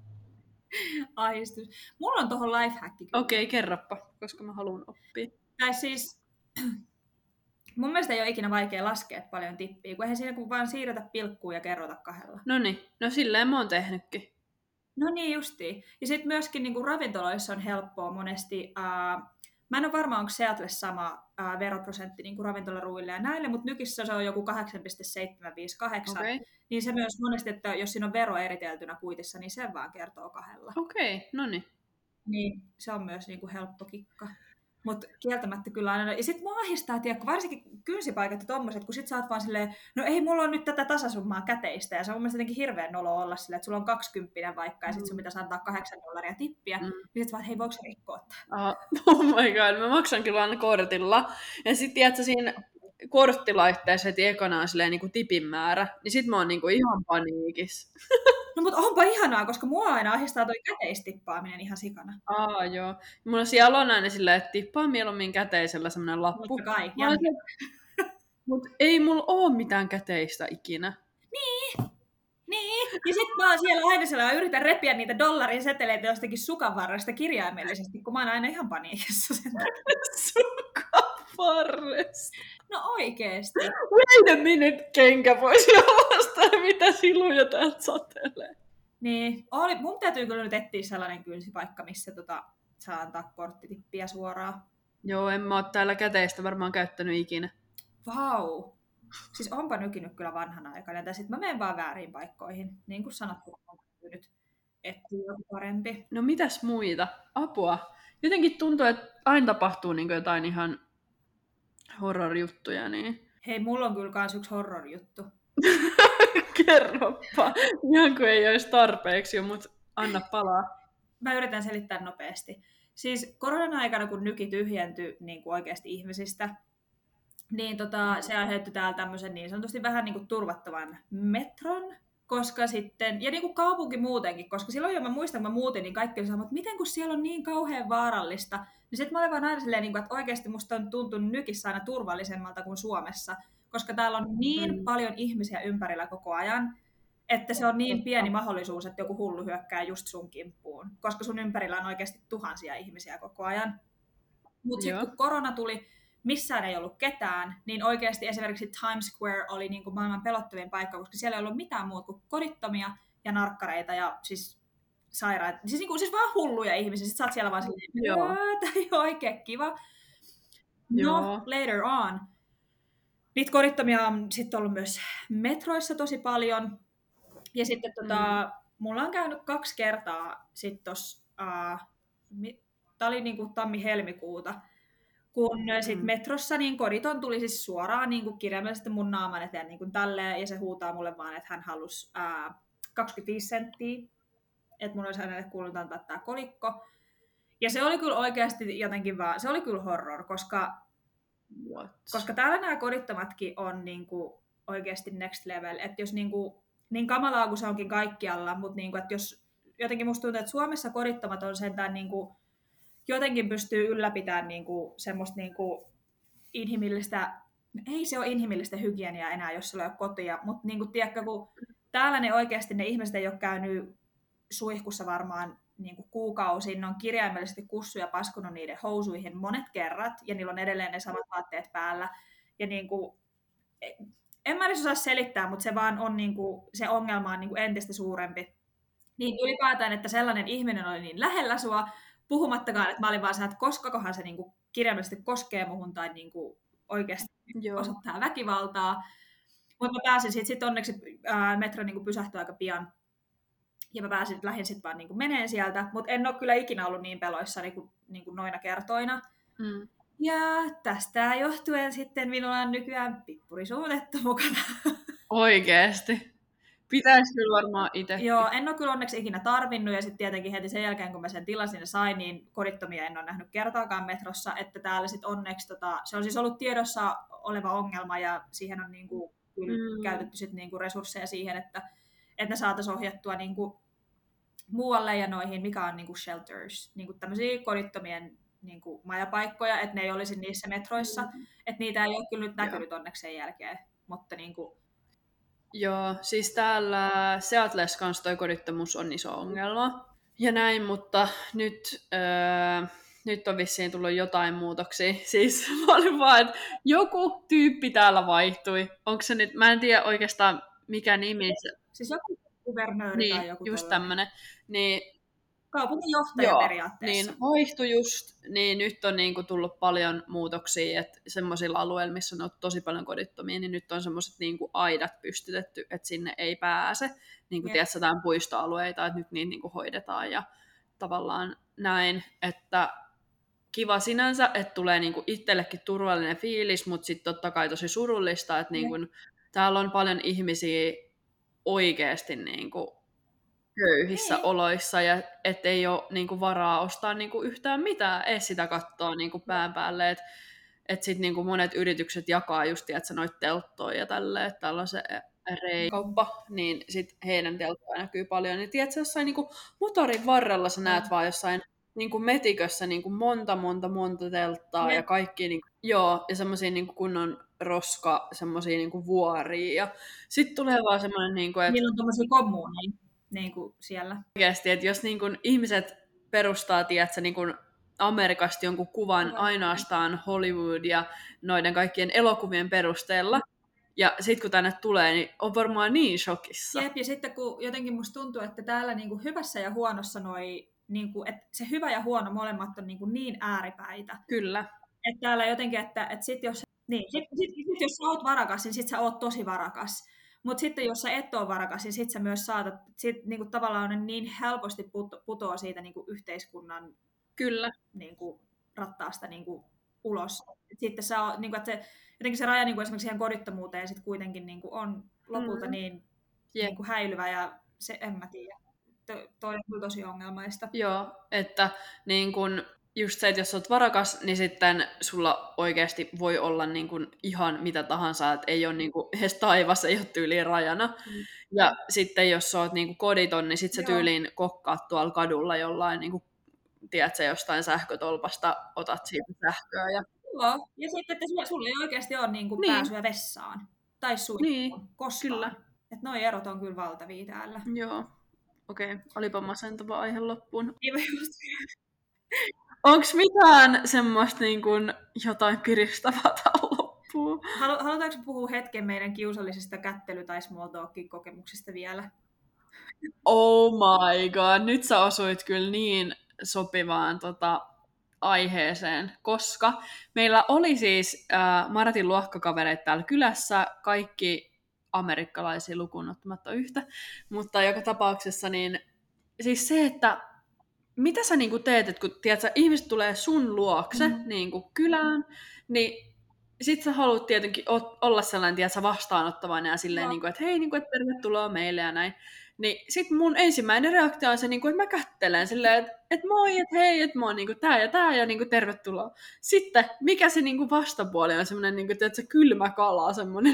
Ahistus. Mulla on tohon lifehacki. Okei, okay, kerropa, koska mä haluan oppia. Tai siis, mun mielestä ei ole ikinä vaikea laskea paljon tippiä, kun eihän siinä kun vaan siirretä pilkkuun ja kerrota kahdella. No niin, no silleen mä oon tehnytkin. No niin justiin. Ja sitten myöskin niin kuin ravintoloissa on helppoa monesti. Äh, mä en ole varma, onko Seattle sama äh, veroprosentti niin kuin ravintolaruille ja näille, mutta Nykissä se on joku kahdeksan pilkku seitsemänsataaviisikymmentäkahdeksan. Okay. Niin se myös monesti, että jos siinä on vero eriteltynä kuitissa, niin sen vaan kertoo kahdella. Okei, okay, no niin. Niin, se on myös niin kuin helppo kikka. Mutta kieltämättä kyllä aina. Ja sit mua ahdistaa, tiedä, varsinkin kynsipaikat ja tommoset, kun sit sä oot vaan silleen, no ei mulla on nyt tätä tasasummaa käteistä. Ja se on mun mielestä jotenkin hirveän nolo olla silleen, että sulla on kaksikymppinen vaikka, ja sit sun pitäisi antaa kahdeksan dollaria tippiä. Mm. Niin sit vaan, että hei, voiko sä rikkoa tää? Oh my god, mä maksan kyllä aina kortilla. Ja sit tiedätkö, siinä korttilaitteessa heti ekana on silleen niinku tipin määrä, niin sit mä oon niinku ihan paniikissa. No mutta onpa ihanaa, koska mua aina ahdistaa toi käteistippaaminen ihan sikana. Aa joo. Mulla siellä on aina silleen, että tippaa mieluummin käteisellä semmonen lappu. Mutta kai. Mut ei mulla oo mitään käteistä ikinä. Niin. Niin. Ja sit mä oon siellä aina siellä ja yritän repiä niitä dollarin seteleitä jostakin sukanvarresta kirjaimellisesti, kun mä oon aina ihan paniikissa sen sukanvarresta. No oikeesti. Wait a minute, kenkä voisi olla sitä, mitä siluja täältä satelee. Niin, oli, mun täytyy kyllä nyt etsiä sellainen kynsipaikka, missä tota, saa antaa korttitippiä suoraan. Joo, en mä oo täällä käteistä varmaan käyttänyt ikinä. Vau! Wow. Siis onpa nykinyt kyllä vanhana aikana, tai sit mä menen vaan väärin paikkoihin. Niin kuin sanottu, on nyt etsiä joku parempi. No mitäs muita? Apua. Jotenkin tuntuu, että aina tapahtuu niin jotain ihan horror-juttuja, niin... Hei, mulla on kyllä kans yksi horror-juttu. Kerropa. Ihan kuin ei olisi tarpeeksi jo, mutta anna palaa. Mä yritän selittää nopeasti. Siis koronan aikana, kun nyki tyhjentyi niin kuin oikeasti ihmisistä, niin tota, se aiheutti täällä tämmöisen niin sanotusti vähän niin kuin turvattavan metron, koska sitten, ja niin kuin kaupunki muutenkin, koska silloin jo mä muistan, kun mä muutin, niin kaikki oli sanonut, että miten kun siellä on niin kauhean vaarallista, niin sitten mä olin vaan aina silleen, niin kuin, että oikeasti musta on tuntunut nykissä aina turvallisemmalta kuin Suomessa, koska täällä on niin mm. paljon ihmisiä ympärillä koko ajan, että se on niin pieni mahdollisuus, että joku hullu hyökkää just sun kimppuun, koska sun ympärillä on oikeasti tuhansia ihmisiä koko ajan. Mutta sitten kun korona tuli, missään ei ollut ketään, niin oikeasti esimerkiksi Times Square oli niin kuin maailman pelottavin paikka, koska siellä ei ollut mitään muuta kuin kodittomia ja narkkareita ja siis sairaita. Siis, niin kuin, siis vaan hulluja ihmisiä. Sitten sä oot siellä vaan silleen, tämä ei ole oikein kiva. Joo. No, later on. Niitä kodittomia on sitten ollut myös metroissa tosi paljon. Ja sitten tota, mm. mulla on käynyt kaksi kertaa sitten tossa, uh, tää oli niinku tammi-helmikuuta, kun mm. sit metrossa niin koditon tuli siis suoraan niinku kirjaimellisesti mun naaman eteen niinku tälleen, ja se huutaa mulle vaan, että hän halusi uh, kaksikymmentäviisi senttiä, että mun olisi hänelle kuulunut antaa tää kolikko. Ja se oli kyllä oikeasti jotenkin vaan, se oli kyllä horror, koska, koska täällä nämä kodittomatkin on niinku oikeasti next level, että jos niinku niin kamalaa kuin se onkin kaikkialla, mutta niinku, että jos jotenkin musta tuntuu, että Suomessa kodittomat on sentään niinku, jotenkin pystyy ylläpitämään niinku, semmoista niinku, inhimillistä, ei se ole inhimillistä hygieniaa enää, jos sulla ei ole kotia, mutta niinku, tiedätkö, kun täällä ne oikeasti ne ihmiset ei ole käynyt suihkussa varmaan niinku, kuukausiin, ne on kirjaimellisesti kussuja paskunut niiden housuihin monet kerrat, ja niillä on edelleen ne samat vaatteet päällä, ja niinku, en mä edes osaa selittää, mutta se vaan on niinku, se ongelma on niinku entistä suurempi. Niin ylipäätään, että sellainen ihminen oli niin lähellä sua, puhumattakaan, että mä olin vaan se, että koskakohan se niinku kirjaimellisesti koskee muhun tai niinku oikeasti Joo. osoittaa väkivaltaa. Mutta mä pääsin siitä sit onneksi ää, metro niinku pysähtyi aika pian. Ja mä pääsin, lähdin sitten vaan niinku meneen sieltä, mutta en ole kyllä ikinä ollut niin peloissani kuin niinku noina kertoina. Mm. Ja tästä johtuen sitten minulla on nykyään pippurisuutettu mukana. Oikeesti. Pitäis kyllä varmaan itsekin. Joo, en ole kyllä onneksi ikinä tarvinnut, ja sitten tietenkin heti sen jälkeen, kun mä sen tilasin ja sain, niin kodittomia en ole nähnyt kertaakaan metrossa, että täällä sitten onneksi, tota, se on siis ollut tiedossa oleva ongelma, ja siihen on niinku, kyllä mm. käytetty sit niinku resursseja siihen, että, että ne saataisiin ohjattua niinku muualle ja noihin, mikä on niinku shelters, niinku tämmöisiä kodittomien niinku majapaikkoja, että ne ei olisi niissä metroissa, mm. että niitä ei ole kyllä nyt näkynyt Joo. onneksi sen jälkeen, mutta niinku Joo, siis täällä Seattles kanssa toi kodittomuus on iso ongelma. Ja näin, mutta nyt, öö, nyt on vissiin tullut jotain muutoksia. Siis mä olin vaan, että joku tyyppi täällä vaihtui. Onko se nyt, mä en tiedä oikeastaan mikä nimi se. Siis joku kuvernööri niin, tai joku just tämmönen. Niin, kaupunginjohtaja joo, periaatteessa. Niin vaihtui just, niin nyt on niinku tullut paljon muutoksia, että semmoisilla alueilla, missä on tosi paljon kodittomia, niin nyt on semmoiset niinku aidat pystytetty, että sinne ei pääse. Niin kuin tiedätkö, jotain puistoalueita, että nyt niitä niinku hoidetaan ja tavallaan näin, että kiva sinänsä, että tulee niinku itsellekin turvallinen fiilis, mutta sitten totta kai tosi surullista, että niinku, täällä on paljon ihmisiä oikeasti niinku köyhissä ei. oloissa ja ettei ole niinku varaa ostaa niinku yhtään mitään, edes sitä kattoa niinku pään päälle. Että et sitten niinku monet yritykset jakaa just tiedätkö, noita telttoja ja tälleen, että täällä on se reikauppa, niin sitten heidän telttoja näkyy paljon. Niin tiedätkö, jossain niinku motorin varrella sä näet mm. vaan jossain niinku metikössä niinku monta, monta, monta telttaa mm. ja kaikki, niinku, joo, ja semmoisia niinku kunnon roska, semmoisia niinku vuoria. Ja sitten tulee vaan semmoinen, niinku, että niillä on tommosia kommuneja. Niin kuin siellä. Oikeasti, että jos niin kuin ihmiset perustaa, tiedätkö, niin kuin Amerikasta jonkun kuvan Hyvä. ainoastaan Hollywood ja noiden kaikkien elokuvien perusteella, ja sitten kun tänne tulee, niin on varmaan niin shokissa. Jep, ja sitten kun jotenkin musta tuntuu, että täällä niin kuin hyvässä ja huonossa noi, niin kuin, että se hyvä ja huono molemmat on niin, kuin niin ääripäitä. Kyllä. Että täällä jotenkin, että, että sit jos, niin, sit, sit, sit, jos sä oot varakas, niin sit sä oot tosi varakas. Mutta sitten jos sä et ole varakas, niin sit sä myös saatat, sit niinku tavallaan niin helposti put- putoaa siitä niinku yhteiskunnan Kyllä. Niinku rattaasta niinku ulos. Et sitten sä oot, niinku, että se, jotenkin se raja niinku esimerkiksi siihen kodittomuuteen sit kuitenkin niinku on lopulta mm. niin yep. niinku häilyvä ja se en mä tiedä. To, toi on tosi ongelmaista. Joo, että niin kun just se, että jos olet varakas, niin sitten sulla oikeasti voi olla niin kuin ihan mitä tahansa, että ei ole niin kuin edes taivassa, ei ole tyyliin rajana. Mm. Ja sitten jos olet niin kuin koditon, niin sitten sä tyyliin kokkaat tuolla kadulla jollain, niin kuin, tiedätkö, jostain sähkötolpasta, otat siitä sähköä. Ja joo, ja sitten, että sulla, sulla ei oikeasti ole niin kuin niin. pääsyä vessaan tai suihkuun niin. koskaan. Kyllä. Että nuo erot on kyllä valtavia täällä. Joo, okei. Okay. Olipa masentava aihe loppuun. Onko mitään semmoista niin kuin jotain piristävää tähän loppuun? Halu- halutaanko puhua hetken meidän kiusallisista kättely- tai small talkin kokemuksista vielä? Oh my god, nyt sä osuit kyllä niin sopivaan tota, aiheeseen, koska meillä oli siis äh, Maratin luokkakavereita täällä kylässä, kaikki amerikkalaisia lukuun ottamatta yhtä, mutta joka tapauksessa niin siis se, että mitä sä niinku teet, että kun tiedätkö, ihmiset tulee sun luokse mm. niinku kylään, niin sit sä haluat tietenkin olla sellainen, tiedätkö, vastaanottavainen ja silleen, no. niinku, että hei, niinku, että tervetuloa meille ja näin. Niin sit mun ensimmäinen reaktio on se, niinku, että mä kättelen silleen, että et moi, että hei, että mä oon niinku, tää ja tää ja niinku, tervetuloa. Sitten mikä se niinku, vastapuoli on semmoinen, niinku, tiedätkö, kylmä kala, semmoinen.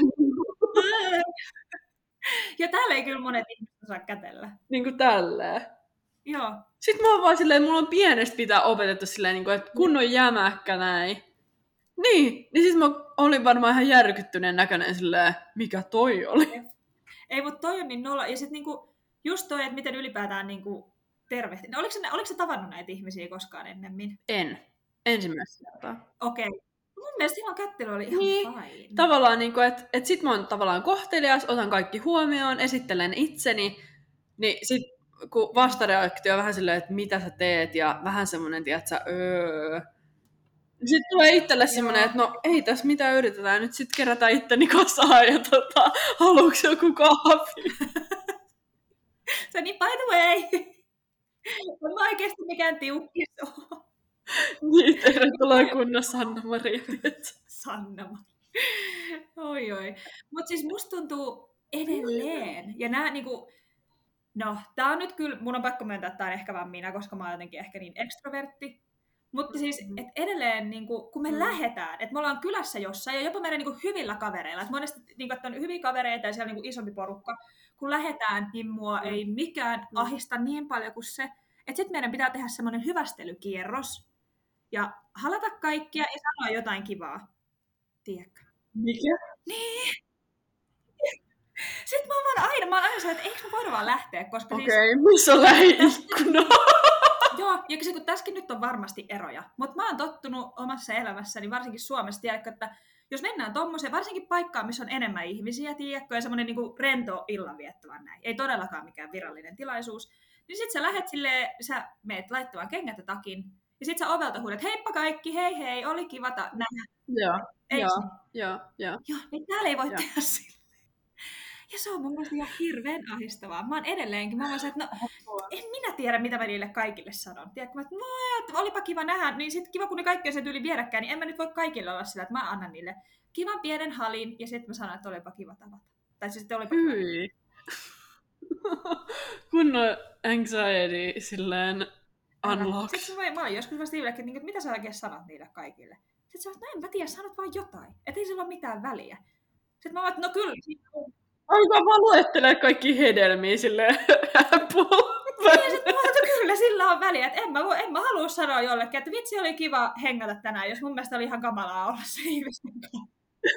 Ja täällä ei kyllä monet ihmiset osaa kätellä. Niinku tälleen. Joo. Sitten mä oon vaan silleen, mulla on pienestä pitää opetettu silleen, että kun on jämäkkä näin. Niin, niin siis mä olin varmaan ihan järkyttyneen näköinen silleen, mikä toi oli. Ei, mutta toi on niin nolla. Ja sitten niinku, just toi, että miten ylipäätään niinku tervehti. No, oliko, oliko sä tavannut näitä ihmisiä koskaan ennemmin? En. Ensimmäistä kertaa. Okei. Okay. Mun mielestä silloin kättely oli ihan niin. fine. Tavallaan, niin että et sit mä oon tavallaan kohtelias, otan kaikki huomioon, esittelen itseni, niin sit kun vastareaktio on vähän silleen, että mitä sä teet, ja vähän semmoinen, tiedätkö, öö. Sitten tulee itselle semmoinen, että no ei tässä mitään yritetään, nyt sitten kerätään itteni kasaan, ja tota, haluuks joku kahvi? Se on niin, by the way, on mä oikeasti mikään tiukkis ole. Niin, tervetuloa kunnon Sanna-Maria. Sanna-Maria. Oi oi. Mutta siis musta tuntuu edelleen, ja nämä niinku, no tää on nyt kyllä, mun on pakko myöntää, että tää on ehkä vaan minä, koska mä oon jotenkin ehkä niin extrovertti. Mutta siis, että edelleen, niin kuin, kun me mm. lähdetään, että me ollaan kylässä jossain, ja jopa meidän niin kuin, hyvillä kavereilla, että monesti niin kuin, että on hyviä kavereita ja siellä on niin kuin, isompi porukka, kun lähdetään, niin mua mm. ei mikään ahista niin paljon kuin se, että sitten meidän pitää tehdä semmoinen hyvästelykierros, ja halata kaikkia ja sanoa jotain kivaa. Tiedätkö? Mikä? Niin! Sitten mä oon vaan aina, mä oon aina se, että eikö mä voida vaan lähteä, koska Okei, siis... okay, missä on lähi-ikkuna? Joo, ja se, kun tässäkin nyt on varmasti eroja, mutta mä oon tottunut omassa elämässäni, varsinkin Suomessa, tiedätkö, että jos mennään tommoseen, varsinkin paikkaan, missä on enemmän ihmisiä, tiedätkö, ja semmoinen niinku rento illanvietto vaan näin, ei todellakaan mikään virallinen tilaisuus, niin sit sä lähet silleen, sä meet laittamaan kengät ja takin, ja sit sä ovelta huudat, heippa kaikki, hei hei, oli kiva ta- nähdä. Joo, Eiks joo, niin? joo, joo. Joo, niin täällä ei voi Joo. tehdä silleen. Ja se on mun mielestä ihan hirveän ahistavaa. Mä oon edelleenkin, mä oon se, että no, en minä tiedä, mitä mä niille kaikille sanon. Tiedätkö, että no, olipa kiva nähdä, niin sit kiva, kun ne kaikki on sen yli vierekkäin, niin en mä nyt voi kaikille olla sillä, että mä annan niille kivan pienen halin, ja sitten mä sanon, että olipa kiva tavata. Tai siis, että olipa Hyi. Kunnon anxiety silleen unlocked. Sitten mä, mä olin joskus vasta niille, että mitä sä oikein sanot niille kaikille? Sitten sä oot, no en mä tiedä, sanot vaan jotain. Että ei sillä ole mitään väliä. Sitten mä oon, no kyllä. Alkaa vaan luettelee kaikki hedelmiä silleen apple. Niin, ja sitten mä oon, että kyllä sillä on väliä. Että en mä, en mä halua sanoa jollekin, että vitsi oli kiva hengata tänään, jos mun mielestä oli ihan kamalaa olla se ihmisten kanssa.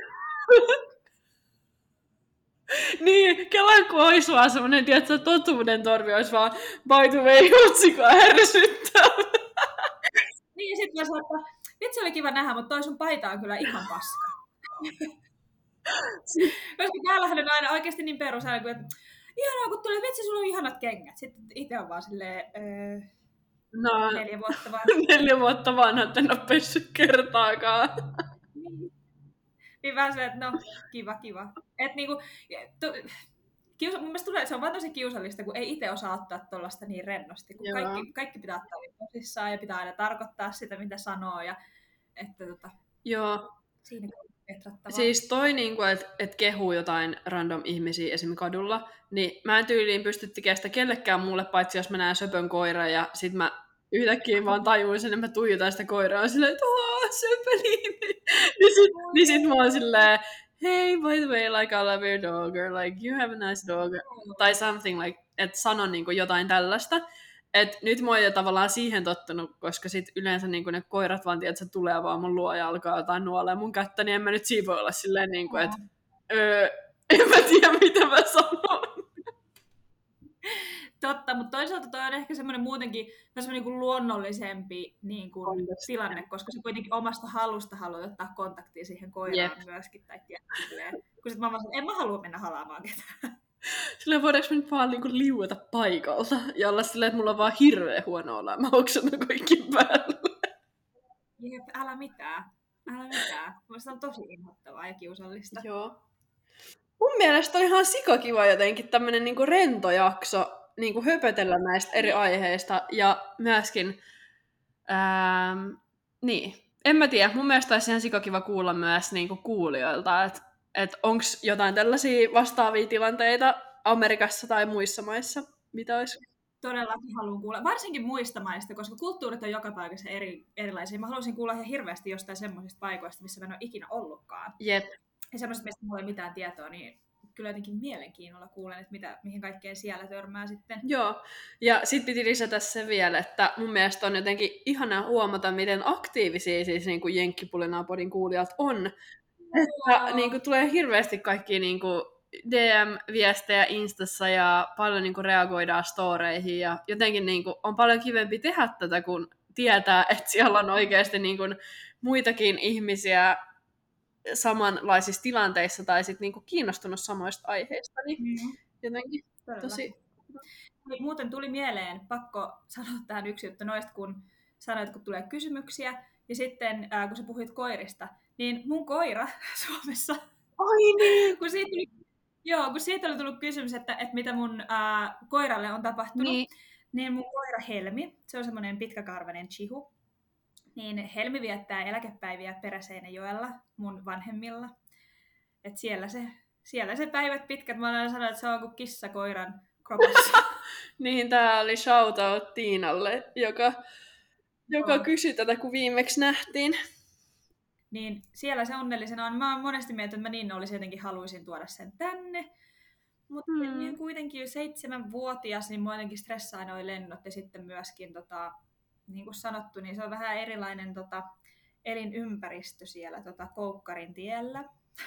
Niin, kelan kun olisi vaan semmonen, tiedätkö, totuuden torvi olisi vaan, by the way, otsikko ärsyttää. Niin, ja sitten mä sanon, että vitsi oli kiva nähdä, mutta toi sun paita on kyllä ihan paska. Koska täällähän on aina oikeasti niin perusäällä, että ihanaa, kun tuli, vitsi, sulla on ihanat kengät. Sitten itse on vaan silleen, öö, no, neljä vuotta vaan. neljä vuotta vanha, että en ole pessyt kertaakaan. Niin. Niin vähän silleen, että no, kiva, kiva. Että niinku, to, kiusa, mun mielestä tulee, se on vaan tosi kiusallista, kun ei itse osaa ottaa tuollaista niin rennosti. Kun kaikki, kaikki pitää ottaa tosissaan ja pitää aina tarkoittaa sitä, mitä sanoo. Ja, että tota, joo. Siinä on siis toi, niinku, että et kehuu jotain random ihmisiä esim. Kadulla, niin mä en tyyliin pysty tekemään sitä kellekään muulle, paitsi jos mä näen söpön koiran ja sit mä yhtäkkiä vaan tajuin sen, että mä tuijotan sitä koiraa ja silleen, että ooo, söpöni. niin, sit, niin sit mä oon silleen, hey, by the way, like I love your dog, or like you have a nice dog, tai something like, että sanon niinku jotain tällaista. Et nyt mä oon jo tavallaan siihen tottunut, koska sit yleensä niinku ne koirat vaan tiedät, että se tulee vaan mun luo ja alkaa jotain nuolee mun kättä, niin en mä nyt siinä voi olla silleen, niinku, että öö, en mä tiedä, mitä mä sanon. Totta, mutta toisaalta toi on ehkä semmoinen muutenkin semmoinen niin luonnollisempi niin kuin tilanne, koska se kuitenkin omasta halusta haluaa ottaa kontaktia siihen koiraan yep. myöskin. Tai tiedä, kun sit mä vaan sanon, en mä halua mennä halaamaan ketään. Silleen voidaanko me nyt vaan niinku liueta paikalta ja olla silleen, että mulla on vaan hirveä huono olla. Mä oksennan kaikki päälle. Jep, älä mitään. Älä mitään. Mielestäni on tosi inhottavaa ja kiusallista. Joo. Mun mielestä on ihan sikakiva jotenkin tämmönen niinku rento jakso niinku höpötellä näistä eri aiheista. Ja myöskin, ähm, niin, en mä tiedä. Mun mielestä olisi ihan sikakiva kuulla myös niinku kuulijoilta, että että onko jotain tällaisia vastaavia tilanteita Amerikassa tai muissa maissa? Mitä olisi? Todellakin haluan kuulla. Varsinkin muista maista, koska kulttuurit on joka paikassa eri, erilaisia. Mä haluaisin kuulla ihan hirveästi jostain semmoisista paikoista, missä mä en ole ikinä ollutkaan. Jep. Ja semmoisista, mistä mulla ei mitään tietoa, niin kyllä jotenkin mielenkiinnolla kuulen, että mitä, mihin kaikkeen siellä törmää sitten. Joo, ja sit piti lisätä se vielä, että mun mielestä on jotenkin ihanaa huomata, miten aktiivisia siis niin kuin Jenkkipulinaa-podin kuulijat on. Että niin kuin, tulee hirveästi kaikkia niin kuin D M-viestejä Instassa ja paljon niin kuin, reagoidaan storeihin ja jotenkin niin kuin, on paljon kivempi tehdä tätä, kun tietää, että siellä on oikeasti niin kuin, muitakin ihmisiä samanlaisissa tilanteissa tai sit, niin kuin, kiinnostunut samoista aiheista. Niin mm-hmm. jotenkin tosi... Muuten tuli mieleen, pakko sanoa tähän yksi juttu noista, kun sanoit, kun tulee kysymyksiä ja sitten äh, kun sä puhuit koirista, niin mun koira Suomessa, Ai niin. kun, siitä tuli, joo, kun siitä oli tullut kysymys, että, että mitä mun ää, koiralle on tapahtunut, niin. niin mun koira Helmi, se on semmoinen pitkäkarvainen chihu, Niin Helmi viettää eläkepäiviä Peräseinäjoella mun vanhemmilla. Et siellä, se, siellä se päivät pitkät. Mä olen sanonut, että se on kuin kissa koiran kropassa. Niin, tää oli shoutout Tiinalle, joka, joka kysyi tätä, kun viimeksi nähtiin. Niin siellä se onnellisena on. Mä oon monesti miettinyt, että mä niin olisin jotenkin haluaisin tuoda sen tänne. Mutta hmm. niin kuitenkin jo seitsemänvuotias, niin mua jotenkin stressaa noi lennot. Ja sitten myöskin, tota, niin kuin sanottu, niin se on vähän erilainen tota, elinympäristö siellä tota, Koukkarin tiellä.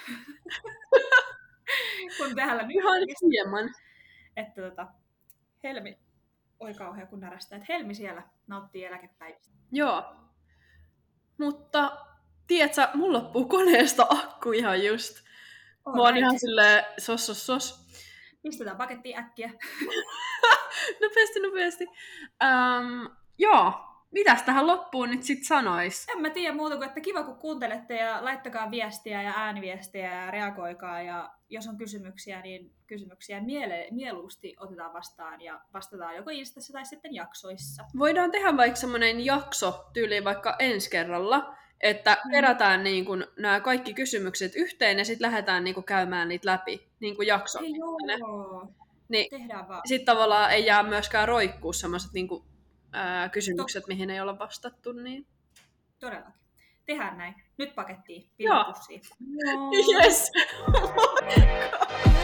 Kun täällä nyt ihan hieman. Että tota, Helmi, oi kauhea kun närästää, että Helmi siellä nauttii eläkepäivistä. Joo. Mutta, tiedätkö, mulla loppuu koneesta akku ihan just. Oh, mä oon right. ihan silleen sos sos sos. Pistetään pakettiin äkkiä. nopeasti, nopeasti. Um, joo. Mitäs tähän loppuun nyt sit sanois? En mä tiedä muuta kuin, että kiva kun kuuntelette ja laittakaa viestiä ja ääniviestiä ja reagoikaa. Ja jos on kysymyksiä, niin kysymyksiä miele- mieluusti otetaan vastaan ja vastataan joko Instassa tai sitten jaksoissa. Voidaan tehdä vaikka semmoinen jakso tyyliin vaikka ensi kerralla, että mm. kerätään niin kun nämä kaikki kysymykset yhteen ja sitten lähdetään niin kun käymään niitä läpi niin kun jakson. Ei, joo, niin, tehdään vaan. Sitten tavallaan ei jää myöskään roikkuu semmoiset niin kun Ää, kysymykset, to- mihin ei olla vastattu. Niin. Todellakin. Tehdään näin. Nyt pakettiin. Joo. Yes!